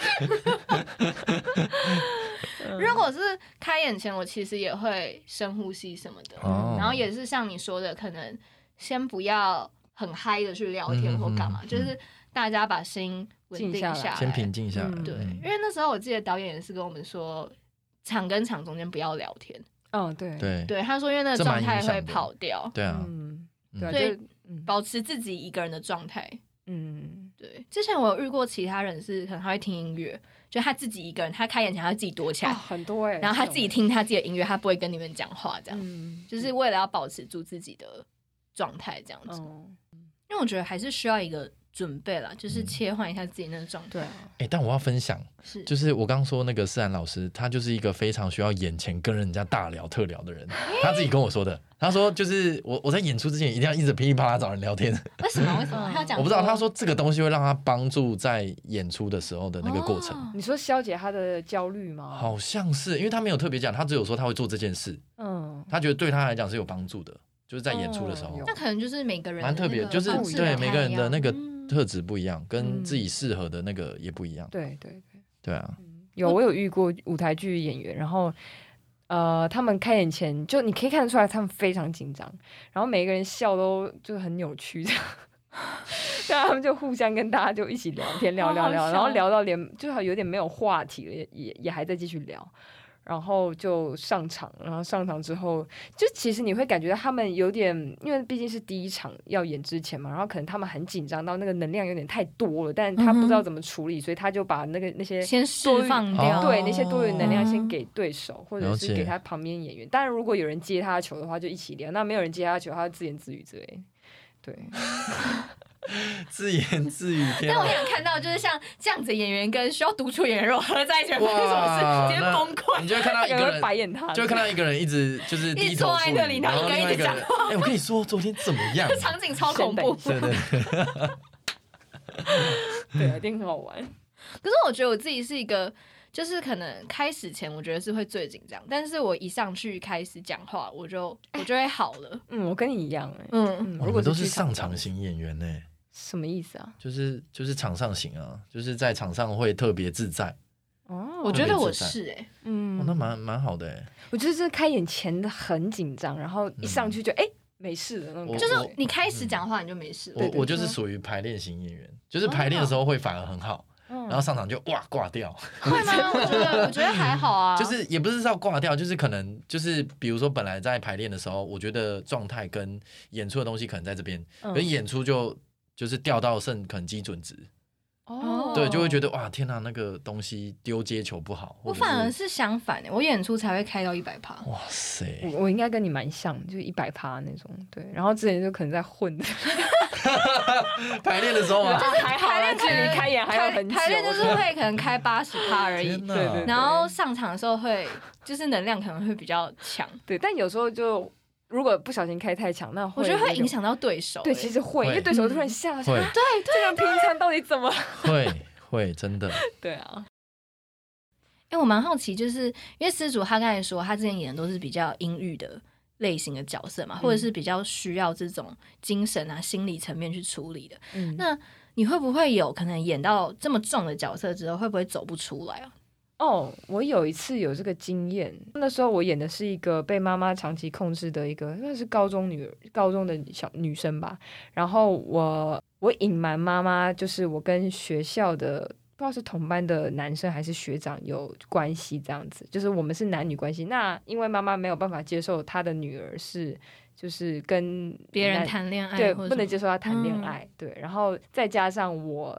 如果是开演前，我其实也会深呼吸什么的， 哦、 然后也是像你说的，可能先不要很嗨的去聊天或干嘛，嗯、就是大家把心稳定下来， 先平静下来。 对，因为那时候我记得导演也是跟我们说，场跟场中间不要聊天。 嗯，对对对，他说因为那个状态会跑掉。 对啊， 嗯， 对，所以保持自己一个人的状态。 嗯， 对。之前我有遇过其他人是可能他会听音乐，就他自己一个人，他开演前他自己躲起来， 哦、很多哎、欸， 然后他自己听他自己的音乐，他不会跟你们讲话，这样， 嗯、 就是为了要保持住自己的状态，这样子。 嗯、 因为我觉得还是需要一个准备啦，就是切换一下自己那个状态。 对啊， 哎、欸，但我要分享， 是就是我刚说那个思然老师，他就是一个非常需要演前跟人家大聊特聊的人，他自己跟我说的。他说就是我我在演出之前一定要一直噼里啪啦找人聊天。 为什么？为什么他要讲？ 我不知道。他说这个东西会让他帮助在演出的时候的那个过程。 哦、 你说消解他的焦虑吗？ 好像是，因为他没有特别讲，他只有说他会做这件事。 嗯， 他觉得对他来讲是有帮助的，就是在演出的时候。 哦、 那可能就是每个人蛮特别，就是对每个人的那个特质不一样，跟自己适合的那个也不一样。 对对对， 对啊。 有我有遇过舞台剧演员，然后呃，他们开演前就你可以看得出来，他们非常紧张，然后每个人笑都就很扭曲这样。对啊，他们就互相跟大家就一起聊天聊聊聊，然后聊到连就有点没有话题了，也也也还在继续聊。然后就上场，然后上场之后，就其实你会感觉到他们有点，因为毕竟是第一场要演之前嘛，然后可能他们很紧张到那个能量有点太多了，但他不知道怎么处理，嗯、所以他就把那个那些先释放掉， 对那些多余能量先给对手，或者是给他旁边演员。当然，如果有人接他的球的话，就一起聊；那没有人接他的球，他就自言自语之类。对。 自言自语， 但我想看到就是像这样子演员跟需要独处演员如果合在一起，会发生什么事？直接崩溃。 你就会看到一个人白眼他， 就会看到一一个人一直就是低头坐在那里，然后一个人一直讲话。 哎，我跟你说，昨天怎么样？ 这场景超恐怖。 对对对， 对，一定很好玩。 可是我觉得我自己是一个。就是可能开始前我觉得是会最紧张，但是我一上去开始讲话，我就我就会好了。 嗯，我跟你一样哎、欸。 嗯嗯， 如果都是上场型演员呢、欸？ 什么意思啊？ 就是就是场上型啊，就是在场上会特别自在。 哦， 我觉得我是哎、欸， 嗯， 哦、那蛮蛮好的哎、欸。 我觉得这开演前的很紧张，然后一上去就哎、嗯欸、没事的那种感觉。 就是你开始讲话你就没事了。 我我就是属于排练型演员，就是排练的时候会反而很好。然后上场就哇挂掉， 会吗？我觉得我觉得还好啊， 就是也不是要挂掉，就是可能就是比如说本来在排练的时候，我觉得状态跟演出的东西可能在这边，可是演出就就是掉到剩可能基准值。 哦， 对，就会觉得哇天哪，那个东西丢接球不好。 我反而是相反的，我演出才会开到一百趴。 哇塞， 我我应该跟你蛮像，就是一百趴那种。对，然后之前就可能在混。 排练的时候嘛， 就是还好啦，距离开演还有很久。 排练就是会可能开八十趴而已， 对对。 然后上场的时候会就是能量可能会比较强， 对。但有时候就如果不小心开太强，那会我觉得会影响到对手。 对，其实会，因为对手突然下来，对对， 这个平常到底怎么？ 会会真的。 对啊。 哎，我蛮好奇，就是因为施主他刚才说他之前演的都是比较阴郁的类型的角色嘛，或者是比较需要这种精神啊、心理层面去处理的。嗯，那你会不会有可能演到这么重的角色之后，会不会走不出来啊？ 哦，我有一次有这个经验，那时候我演的是一个被妈妈长期控制的一个，那是高中女高中的小女生吧。然后我我隐瞒妈妈，就是我跟学校的。不知道是同班的男生还是学长有关系，这样子，就是我们是男女关系。那因为妈妈没有办法接受她的女儿是就是跟别人谈恋爱， 对，不能接受她谈恋爱，嗯、对。然后再加上我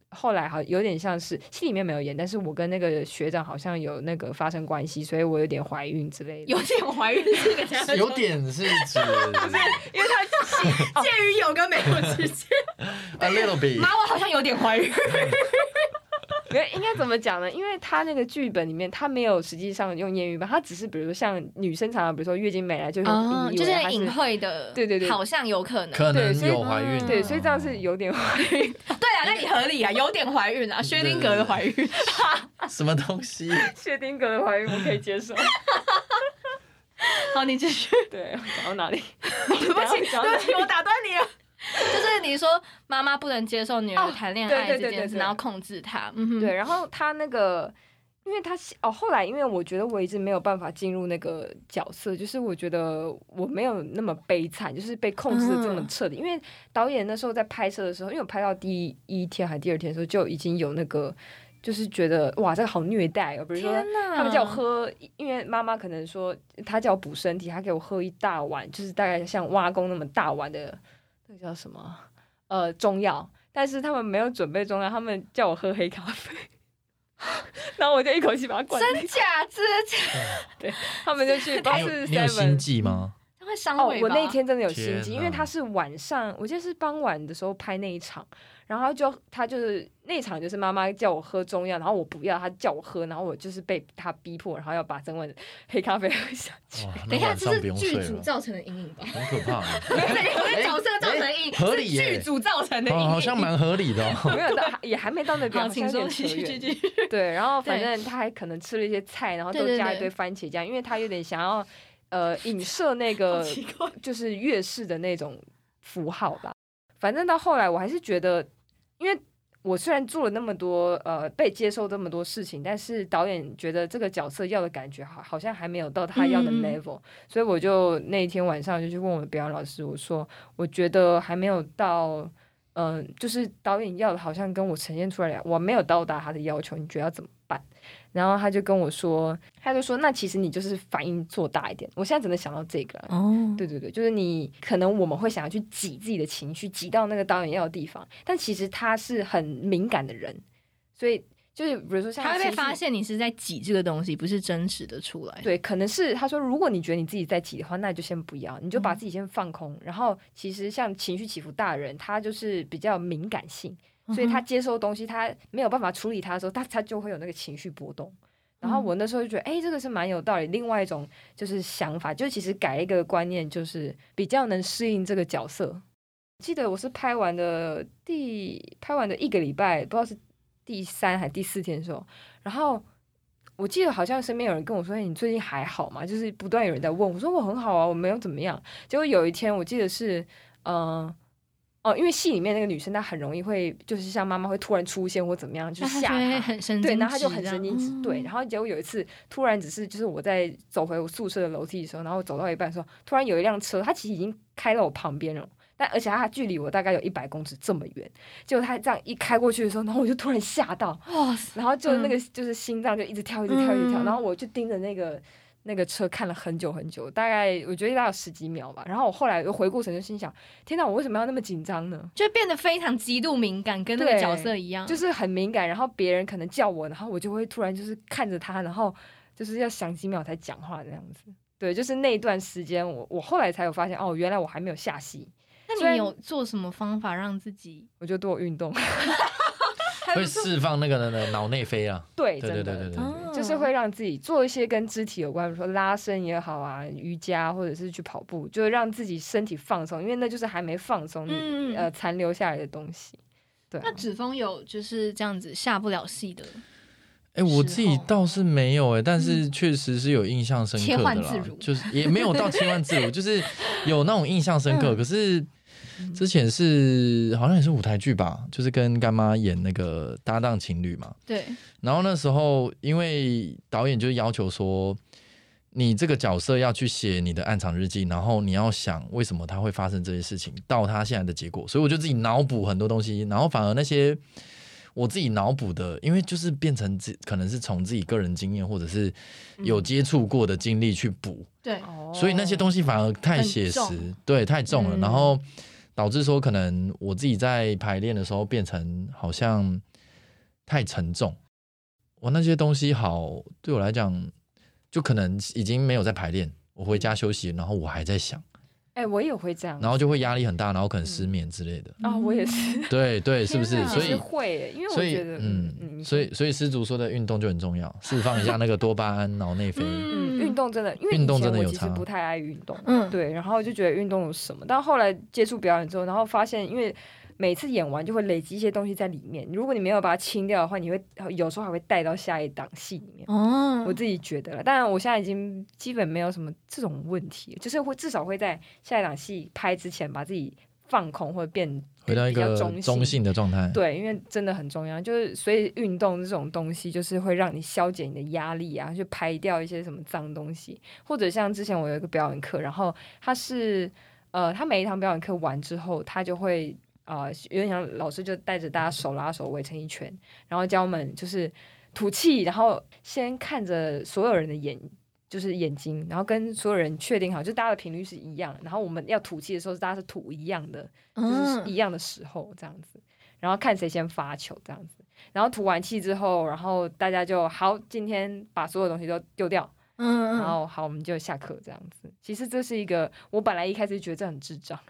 后来好有点像是戏里面没有演，但是我跟那个学长好像有那个发生关系，所以我有点怀孕之类的。 有点怀孕是个这样， 有点是指， 因为他介于有跟没有之间。 A little bit。 妈，我好像有点怀孕。 应该怎么讲呢？因为他那个剧本里面，他没有实际上用验孕棒，他只是比如说像女生常常比如说月经没来就会、 哦、就是隐晦的， 对对对， 好像有可能， 可能有怀孕， 对，所以这样是有点怀孕。 对啊，那你合理啊，有点怀孕啊，薛丁格的怀孕， 什么东西？ 薛丁格的怀孕我可以接受。 好，你继续。 对，讲到哪里？ 对不起，对不起，我打断你了。就是你说妈妈不能接受女儿谈恋爱这件事，然后控制她。嗯， 对，然后她那个，因为她哦，后来因为我觉得我一直没有办法进入那个角色，就是我觉得我没有那么悲惨，就是被控制的这么彻底。嗯、因为导演那时候在拍摄的时候，因为我拍到第一天还第二天的时候，就已经有那个。就是觉得哇，这个好虐待哦！比如说，他们叫我喝，因为妈妈可能说她叫我补身体，她给我喝一大碗，就是大概像挖工那么大碗的，那个叫什么？呃，中药。但是他们没有准备中药，他们叫我喝黑咖啡，然后我就一口气把它灌。 真假？真假？ 对，他们就去。 你有你有心悸吗？ 会伤胃吧？ 哦，我那一天真的有心悸，因为他是晚上，我记得是傍晚的时候拍那一场。然后就他就是那场就是妈妈叫我喝中药，然后我不要，他叫我喝，然后我就是被他逼迫，然后要把整碗等咖啡喝下去。 等一下，这是剧组造成的阴影吧？ 很可怕。 我的角色造成阴影， 合理耶， 剧组造成的阴影， 好像蛮合理的。 没有到，也还没到那边， 好，请说，继续继续。 对，然后反正他还可能吃了一些菜，然后都加一堆番茄酱，因为他有点想要呃影射那个就是粤式的那种符号吧。反正到后来，我还是觉得。因为我虽然做了那么多呃被接受这么多事情，但是导演觉得这个角色要的感觉好好像还没有到他要的 level，、嗯、所以我就那一天晚上就去问我的表演老师，我说我觉得还没有到，嗯、呃，就是导演要的好像跟我呈现出来，我没有到达他的要求，你觉得要怎么办？然后他就跟我说，他就说那其实你就是反应做大一点。我现在只能想到这个了。哦，对对对，就是你可能我们会想要去挤自己的情绪，挤到那个导演要的地方，但其实他是很敏感的人，所以就是比如说像他会被发现你是在挤这个东西，不是真实的出来。 对，可能是他说，如果你觉得你自己在挤的话，那就先不要，你就把自己先放空。嗯、然后其实像情绪起伏大的人，他就是比较敏感性。所以他接收东西，他没有办法处理他的时候，他他就会有那个情绪波动。然后我那时候就觉得，哎、欸，这个是蛮有道理。另外一种就是想法，就其实改一个观念，就是比较能适应这个角色。记得我是拍完的第拍完的一个礼拜，不知道是第三还第四天的时候，然后我记得好像身边有人跟我说：“哎、欸，你最近还好吗？”就是不断有人在问我说：“我很好啊，我没有怎么样。”结果有一天，我记得是，嗯、呃。哦，因为戏里面那个女生她很容易会，就是像妈妈会突然出现或怎么样，就吓她， 很神经质， 对，然后她就很神经质，对，然后结果有一次突然只是就是我在走回我宿舍的楼梯的时候，然后走到一半的时候，突然有一辆车，它其实已经开到我旁边了，但而且它距离我大概有一百公尺这么远，结果它这样一开过去的时候，然后我就突然吓到，哇，然后就那个就是心脏就一直跳，一直跳，一直跳，然后我就盯着那个。那个车看了很久很久，大概我觉得大概有十几秒吧。然后我后来又回过神，就心想：天哪，我为什么要那么紧张呢？ 就变得非常极度敏感，跟那个角色一样， 就是很敏感。然后别人可能叫我，然后我就会突然就是看着他，然后就是要想几秒才讲话这样子。对，就是那一段时间，我我后来才有发现，哦，原来我还没有下戏。 那你有做什么方法让自己？ 我就多运动。 会释放那个脑内啡啊， 对， 对对对对对， 就是会让自己做一些跟肢体有关，比如说拉伸也好啊，瑜伽或者是去跑步，就让自己身体放松，因为那就是还没放松，嗯、呃残留下来的东西。对、啊， 那芷枫有就是这样子下不了戏的？ 哎、欸，我自己倒是没有哎、欸，但是确实是有印象深刻的啦， 切换自如， 就是也没有到切换自如，就是有那种印象深刻，嗯、可是。之前是好像也是舞台剧吧，就是跟干妈演那个搭档情侣嘛。 对。 然后那时候因为导演就要求说，你这个角色要去写你的暗藏日记，然后你要想为什么他会发生这些事情，到他现在的结果。所以我就自己脑补很多东西，然后反而那些我自己脑补的，因为就是变成可能是从自己个人经验或者是有接触过的经历去补。 对。 所以那些东西反而太写实，对，太重了，嗯、然后。导致说可能我自己在排练的时候变成好像太沉重。我那些东西好对我来讲，就可能已经没有在排练，我回家休息，然后我还在想。 哎、欸，我也会这样， 然后就会压力很大，然后可能失眠之类的。 啊、嗯哦，我也是。 对对，是不是？所以会，因为我觉得， 嗯嗯，所以所以施主说的运动就很重要，释放一下那个多巴胺、脑内啡。 嗯，运动真的，因为以前我其实不太爱运动，嗯，对，然后就觉得运动有什么，但后来接触表演之后，然后发现，因为每次演完就会累积一些东西在里面，如果你没有把它清掉的话，你会有时候还会带到下一档戏里面。哦，我自己觉得了，当然我现在已经基本没有什么这种问题，就是会至少会在下一档戏拍之前把自己放空或者变回到一个中性的状态。 对，因为真的很重要，就是所以运动这种东西就是会让你消减你的压力啊，去排掉一些什么脏东西，或者像之前我有一个表演课，然后他是呃，他每一堂表演课完之后，他就会。呃，有点像老师就带着大家手拉手围成一圈，然后教我们就是吐气，然后先看着所有人的眼，就是眼睛，然后跟所有人确定好，就大家的频率是一样，然后我们要吐气的时候，大家是吐一样的，就是一样的时候这样子，然后看谁先发球这样子，然后吐完气之后，然后大家就好，今天把所有东西都丢掉。嗯，然后好，我们就下课这样子。其实这是一个，我本来一开始觉得这很智障。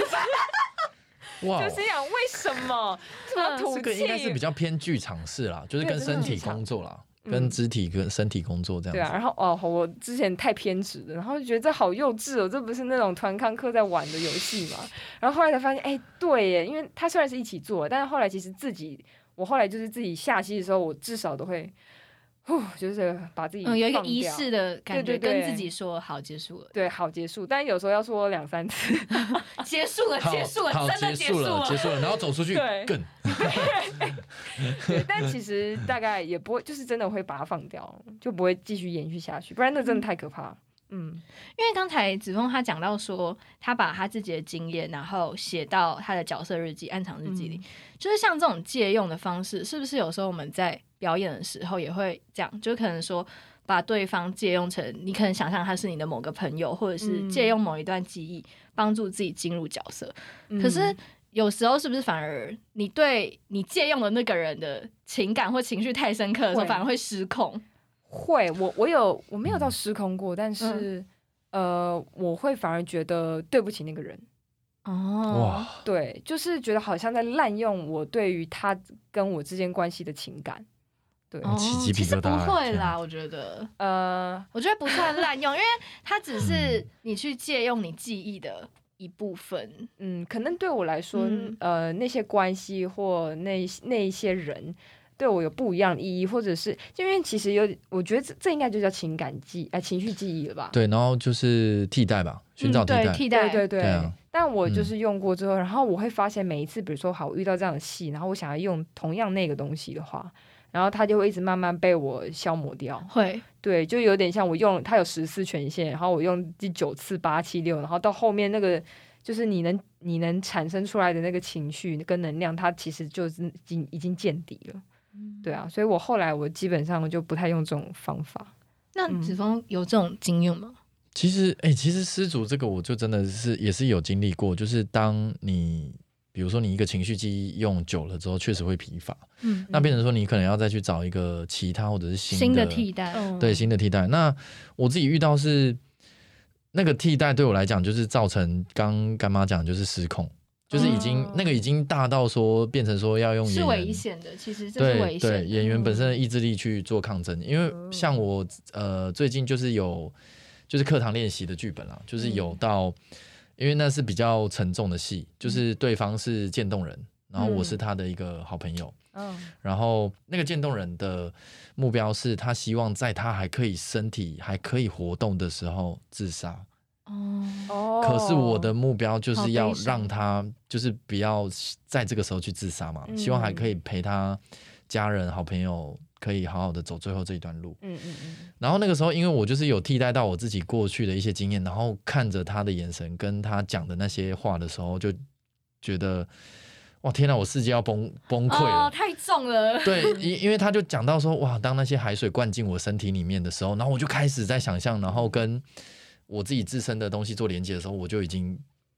哇， 就是想为什么什么吐气？ 这个应该是比较偏剧场式啦，就是跟身体工作啦，跟肢体跟身体工作这样子。 对啊，然后哦，我之前太偏执了，然后就觉得这好幼稚哦，这不是那种团康课在玩的游戏嘛。然后后来才发现，哎、欸，对耶，因为他虽然是一起做，但是后来其实自己，我后来就是自己下戏的时候，我至少都会。就是把自己放掉、 嗯、有一个仪式的感觉， 对对对， 跟自己说好结束了， 对，好结束。但有时候要说两三次， 结束了，结束了，真的结束了，结束了，然后走出去更。 对，但其实大概也不会，就是真的会把它放掉，就不会继续延续下去，不然那真的太可怕了。嗯， 因为刚才子枫他讲到说，他把他自己的经验，然后写到他的角色日记、暗场日记里，嗯、就是像这种借用的方式，是不是有时候我们在表演的时候也会这样？就可能说把对方借用成你可能想象他是你的某个朋友，或者是借用某一段记忆，帮助自己进入角色。嗯、可是有时候是不是反而你对你借用的那个人的情感或情绪太深刻的时候，反而会失控？ 会，我我有我没有到失控过，但是、嗯、呃，我会反而觉得对不起那个人。 哦， 对，就是觉得好像在滥用我对于他跟我之间关系的情感。对， 哦，其实不会啦，我觉得，呃，我觉得不算滥用，因为他只是你去借用你记忆的一部分。 嗯，可能对我来说，嗯、呃，那些关系或那那一些人。对我有不一样的意义，或者是因为其实有，我觉得 这, 这应该就叫情感记，哎，情绪记忆了吧？ 对，然后就是替代吧，寻找替代， 嗯、对替代， 对对对。对啊、但我就是用过之后，嗯、然后我会发现每一次，比如说好，我遇到这样的戏，然后我想要用同样那个东西的话，然后它就会一直慢慢被我消磨掉。 会， 对，就有点像我用它有十次权限，然后我用第九次八七六，然后到后面那个。就是你能你能产生出来的那个情绪跟能量，它其实就是已经已经见底了。对啊，所以我后来我基本上就不太用这种方法。 那子枫有这种经验吗？ 其实，哎、欸，其实施主这个我就真的是也是有经历过，就是当你比如说你一个情绪记忆用久了之后，确实会疲乏。嗯，那变成说你可能要再去找一个其他或者是新的新的替代， 对，新的替代。那我自己遇到是那个替代对我来讲，就是造成刚干妈讲就是失控。就是已经、嗯、那个已经大到说变成说要用演员是危险的，其实这是危险的。 对对，演员本身的意志力去做抗争，因为像我呃最近就是有就是课堂练习的剧本啦，就是有到，因为那是比较沉重的戏，就是对方是渐冻人，然后我是他的一个好朋友，嗯，然后那个渐冻人的目标是他希望在他还可以身体还可以活动的时候自杀。哦，可是我的目标就是要让他就是不要在这个时候去自杀嘛，嗯、希望还可以陪他家人好朋友可以好好的走最后这一段路。嗯嗯嗯。然后那个时候因为我就是有替代到我自己过去的一些经验，然后看着他的眼神跟他讲的那些话的时候，就觉得哇天哪，我世界要崩崩溃了， 哦，太重了。 对，因因为他就讲到说哇，当那些海水灌进我身体里面的时候，然后我就开始在想象，然后跟我自己自身的东西做连接的时候，我就已经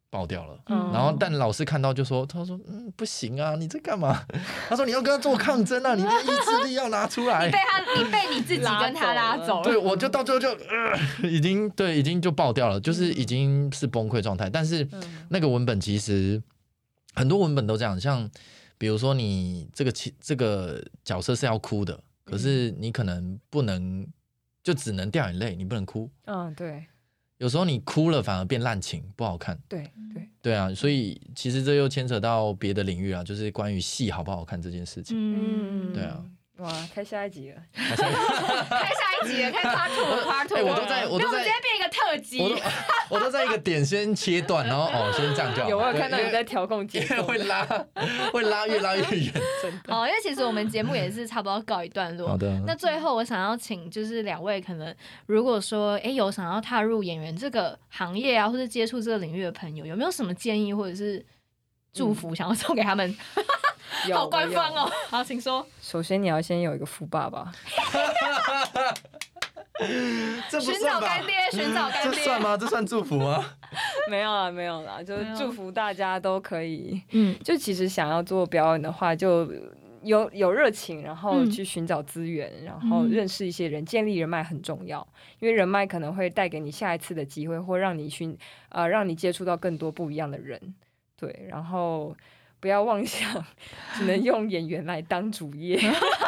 爆掉了。嗯、然后但老师看到就说，他说嗯不行啊，你在干嘛？他说你要跟他做抗争啊，你的意志力要拿出来。 你被他，你被你自己跟他拉走了。 对，我就到最后就、呃、已经对已经就爆掉了，就是已经是崩溃状态。但是那个文本其实很多文本都这样，像比如说你这个这个角色是要哭的，可是你可能不能，就只能掉眼泪，你不能哭。 嗯，对。 有时候你哭了反而变滥情，不好看。 对对对啊，所以其实这又牵扯到别的领域啊，就是关于戏好不好看这件事情。嗯，对啊。 哇，开下一集了， 开下一集了，开 part two 了 ，part two 了。 我都在，我都在， 直接变一个特辑。 我都，我都在一个点先切断，然后哦，先这样就好。 有我有看到你在调控节奏， 会拉，会拉越拉越远。 哦，因为其实我们节目也是差不多告一段落。 好的。 那最后我想要请就是两位，可能如果说哎有想要踏入演员这个行业啊，或者接触这个领域的朋友，有没有什么建议或者是祝福想要送给他们？好官方哦，好，请说。 首先你要先有一个富爸爸。 这寻找干爹，寻找干爹， 这算吗？这算祝福吗？ 没有啦，没有啦，就是祝福大家都可以。嗯，就其实想要做表演的话，就有有热情，然后去寻找资源，嗯、然后认识一些人，建立人脉很重要，因为人脉可能会带给你下一次的机会，或让你寻呃让你接触到更多不一样的人。对，然后。不要妄想只能用演员来当主业。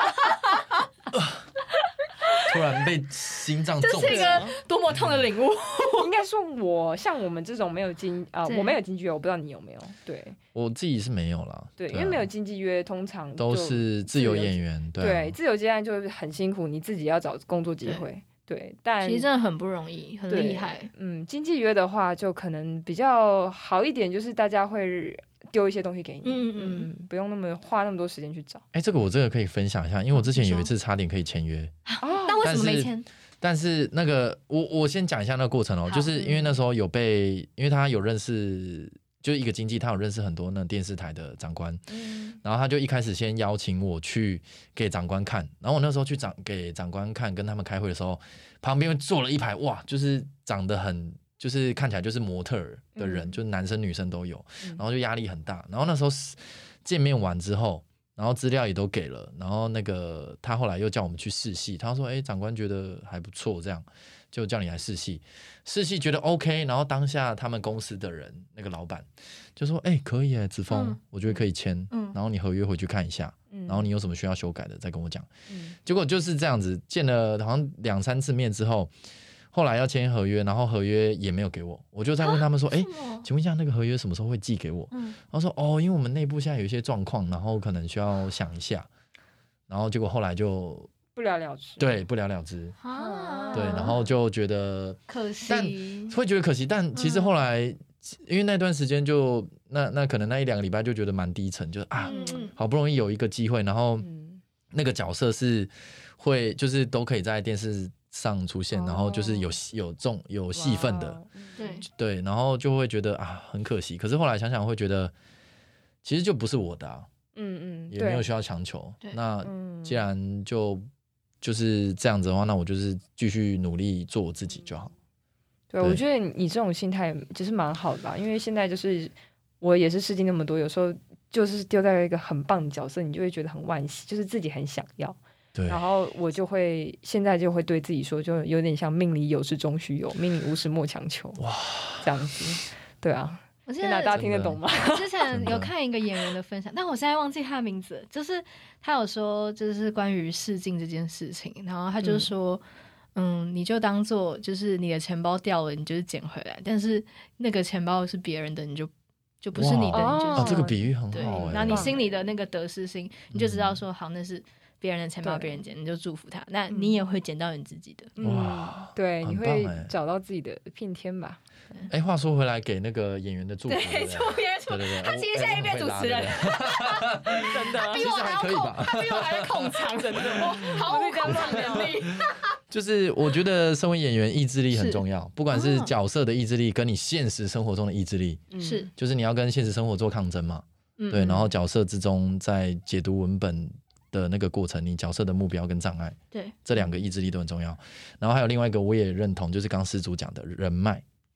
突然被心脏中， 这是一个多么痛的领悟。 应该说我像我们这种没有经啊、呃，我没有经纪约，我不知道你有没有。对， 我自己是没有啦。 对，对啊、因为没有经纪约，通常都是自由演员。对、啊， 对，自由接案就很辛苦，你自己要找工作机会。对，但其实真的很不容易，很厉害。 嗯，经纪约的话，就可能比较好一点，就是大家会丢一些东西给你，嗯嗯，不用那么花那么多时间去找。 哎、欸，这个我这个可以分享一下，因为我之前有一次差点可以签约， 哦，但为什么没签？ 但是那个我我先讲一下那个过程哦，就是因为那时候有被，因为他有认识，就是一个经纪，他有认识很多那电视台的长官，嗯，然后他就一开始先邀请我去给长官看，然后我那时候去长给长官看，跟他们开会的时候，旁边坐了一排哇，就是长得很。就是看起来就是模特儿的人，嗯、就是男生女生都有，然后就压力很大。然后那时候见面完之后，然后资料也都给了，然后那个他后来又叫我们去试戏，他说：“哎、欸，长官觉得还不错，这样就叫你来试戏。试戏觉得 OK， 然后当下他们公司的人那个老板就说：‘哎、欸，可以哎，子枫，嗯、我觉得可以签，嗯、然后你合约回去看一下，嗯、然后你有什么需要修改的再跟我讲。嗯’结果就是这样子，见了好像两三次面之后。”后来要签合约，然后合约也没有给我，我就在问他们说：“哎、啊，请问一下那个合约什么时候会寄给我？”嗯、然后说：“哦，因为我们内部现在有一些状况，然后可能需要想一下。”然后结果后来就不了了之。 对，不了了之。啊、对，然后就觉得可惜， 但会觉得可惜。但其实后来，嗯、因为那段时间就那那可能那一两个礼拜就觉得蛮低沉，就是啊，嗯、好不容易有一个机会，然后那个角色是会就是都可以在电视上出现，然后就是有有重有戏份的， 对对，然后就会觉得啊很可惜。可是后来想想会觉得，其实就不是我的、啊，嗯嗯，也没有需要强求。那既然就就是这样子的话，那我就是继续努力做我自己就好。 对，对我觉得你这种心态其实蛮好的吧，因为现在就是我也是试镜那么多，有时候就是丢在一个很棒的角色，你就会觉得很惋惜，就是自己很想要。 对， 然后我就会现在就会对自己说，就有点像命里有时终须有，命里无时莫强求。哇，这样子，对啊， 我记得大家听得懂吗？ 我之前有看一个演员的分享，但我现在忘记他的名字，就是他有说，就是关于试镜这件事情，然后他就说，嗯, 嗯，你就当做就是你的钱包掉了，你就是捡回来，但是那个钱包是别人的，你就。就不是你的，你就哦，这个比喻很好。 对，然后你心里的那个得失心，你就知道说，好，那是别人的钱包，别人捡，你就祝福他。那你也会捡到你自己的。 哇，对，你会找到自己的片天吧。 哎，话说回来，给那个演员的祝福， 对，祝演祝福，对对对，他其实现在也变主持人， 真的， 他比我还要控，他比我还要控场，真的，毫无控场能力。 就是我觉得身为演员意志力很重要，不管是角色的意志力跟你现实生活中的意志力， 是， 就是你要跟现实生活做抗争嘛，对，然后角色之中在解读文本的那个过程，你角色的目标跟障碍， 对， 这两个意志力都很重要。然后还有另外一个我也认同，就是刚施主讲的人脉，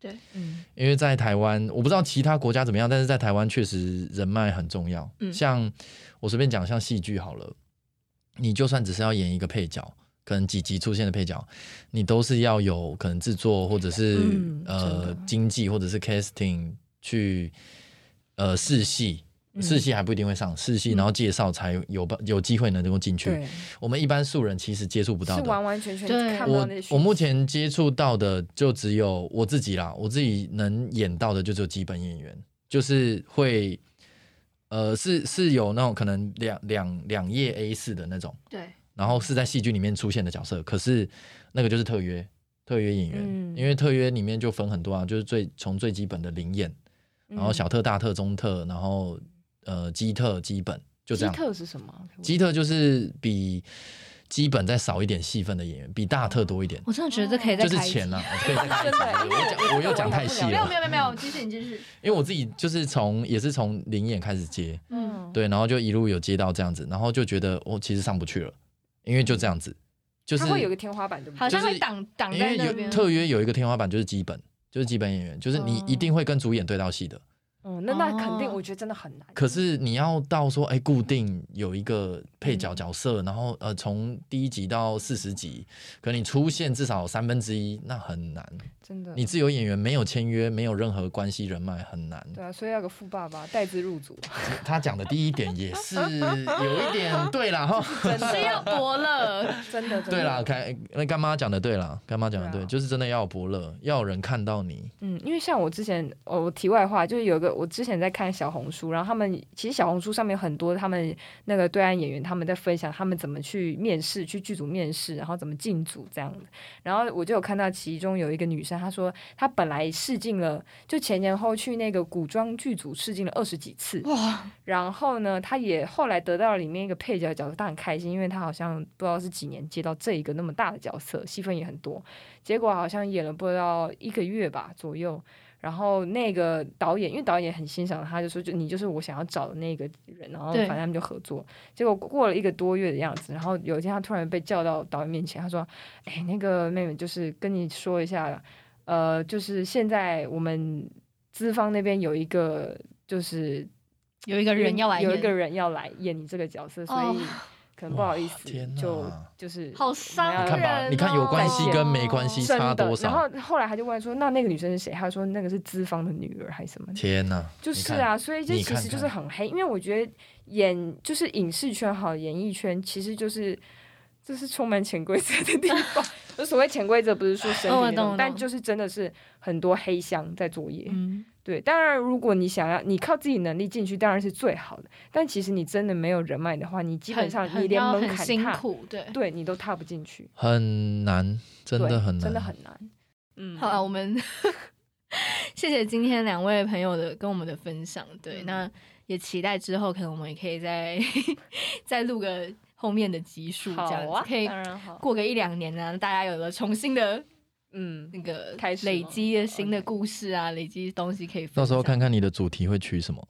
对， 嗯，因为在台湾，我不知道其他国家怎么样，但是在台湾确实人脉很重要。嗯，像我随便讲，像戏剧好了，你就算只是要演一个配角，可能几集出现的配角，你都是要有可能制作或者是、嗯、呃经纪或者是 casting 去呃试戏。试戏还不一定会上，试戏然后介绍才有有机会能够进去。我们一般素人其实接触不到的， 是完完全全看不到那些。 我我目前接触到的就只有我自己啦，我自己能演到的就只有基本演员，就是会呃是是有那种可能两两两页 A 四 的那种， 对， 然后是在戏剧里面出现的角色，可是那个就是特约特约演员、嗯，因为特约里面就分很多啊，就是最从最基本的零演，然后小特、大特、中特，然后。呃，基特基本就这样。 基特是什么？ 基特就是比基本再少一点戏份的演员，比大特多一点。 我真的觉得这可以再开一集， 就是钱啊，可以再开一集。我我又讲太细了。 没有没有没有，继续你继续。 因为我自己就是从也是从零演开始接，嗯，对，然后就一路有接到这样子，然后就觉得我其实上不去了，因为就这样子，就是它会有个天花板，对不对？ 好像会挡挡在那边。 特约有一个天花板就是基本，就是基本演员，就是你一定会跟主演对到戏的。 哦，那那肯定，我觉得真的很难。 可是你要到说，哎，固定有一个配角角色，嗯、然后呃，从第一集到四十集，可能你出现至少三分之一，那很难。 真的， 你自由演员没有签约，没有任何关系人脉，很难。 对啊，所以要个富爸爸带资入组。 他讲的第一点也是有一点对啦哈， 真的是要伯乐， 真的。 对啦，看那干妈讲的对啦，干妈讲的对，对就是真的要有伯乐，要有人看到你。 嗯，因为像我之前，哦，题外话就是有个。我之前在看小红书，然后他们其实小红书上面有很多他们那个对岸演员他们在分享他们怎么去面试，去剧组面试，然后怎么进组这样的。然后我就有看到其中有一个女生，她说她本来试镜了，就前前后去那个古装剧组试镜了二十几次，哇！然后呢，她也后来得到了里面一个配角的角色，她很开心，因为她好像不知道是几年接到这一个那么大的角色，戏份也很多。结果好像演了不知道一个月吧左右。然后那个导演，因为导演很欣赏他，就说就你就是我想要找的那个人，然后反正他们就合作。结果过了一个多月的样子，然后有一天他突然被叫到导演面前，他说：“哎，那个妹妹，就是跟你说一下，呃，就是现在我们资方那边有一个，就是有一个人要来演， 有一个人要来演你这个角色，所以。”可能不好意思，就就是好伤人、哦。 你看吧，你看有关系跟没关系差多少。 然后后来他就问说：“那那个女生是谁？”他说：“那个是资方的女儿还是什么？” 天哪！ 就是啊，所以这其实就是很黑，因为我觉得演就是影视圈好，演艺圈其实就是这是充满潜规则的地方。就所谓潜规则，不是说身体那种，但就是真的是很多黑箱在作业。嗯对，当然，如果你想要，你靠自己能力进去，当然是最好的。但其实你真的没有人脉的话，你基本上你连门槛踏， 对， 对你都踏不进去， 很难，真的很难， 真的很难。 嗯，好啊，我们谢谢今天两位朋友的跟我们的分享。对，嗯、那也期待之后可能我们也可以再再录个后面的集数，这样子、啊、可以过个一两年呢、啊，大家有了重新的。嗯，那个累积的新的故事啊，累积东西可以分享。 到时候看看你的主题会取什么。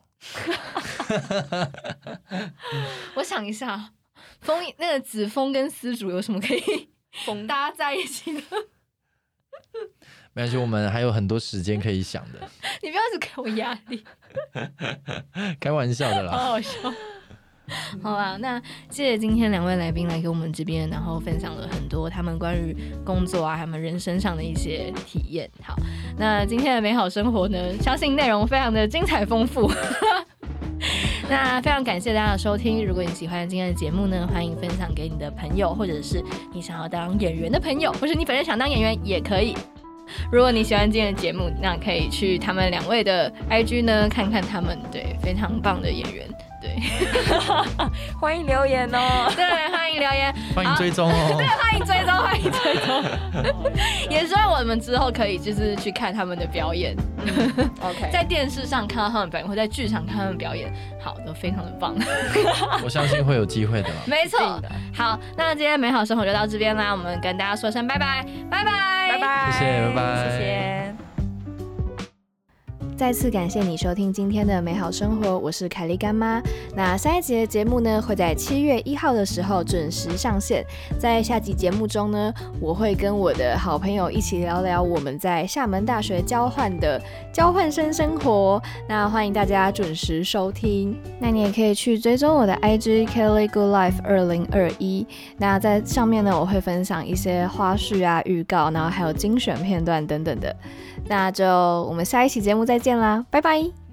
我想一下，风那个子枫跟丝竹有什么可以缝搭在一起的？ 没关系，我们还有很多时间可以想的。 你不要一直给我压力。 开玩笑的啦。 好好笑。好啊，那谢谢今天两位来宾来给我们这边，然后分享了很多他们关于工作啊，他们人生上的一些体验。好，那今天的美好生活呢，相信内容非常的精彩丰富。那非常感谢大家的收听，如果你喜欢今天的节目呢，欢迎分享给你的朋友，或者是你想要当演员的朋友，或是你本身想当演员也可以。如果你喜欢今天的节目，那可以去他们两位的 I G 呢，看看他们对非常棒的演员。对， 欢迎留言哦。 对，欢迎留言， 欢迎追踪哦。 对，欢迎追踪，欢迎追踪。也希望我们之后可以就是去看他们的表演。 OK， 在电视上看到他们表演，或在剧场看他们表演，好，都非常的棒。 我相信会有机会的。 没错。好，那今天美好生活就到这边啦，我们跟大家说声拜拜，拜拜， 拜拜， 谢谢，拜拜， 谢谢。 再次感谢你收听今天的美好生活，我是凯莉干妈。那下一集的节目呢，会在七月一号的时候准时上线。在下集节目中呢，我会跟我的好朋友一起聊聊我们在厦门大学交换的交换生生活。那欢迎大家准时收听。那你也可以去追踪我的 I G Kelly Good Life 二零二一。那在上面呢，我会分享一些花絮啊、预告，然后还有精选片段等等的。那就我们下一期节目再见啦，拜拜。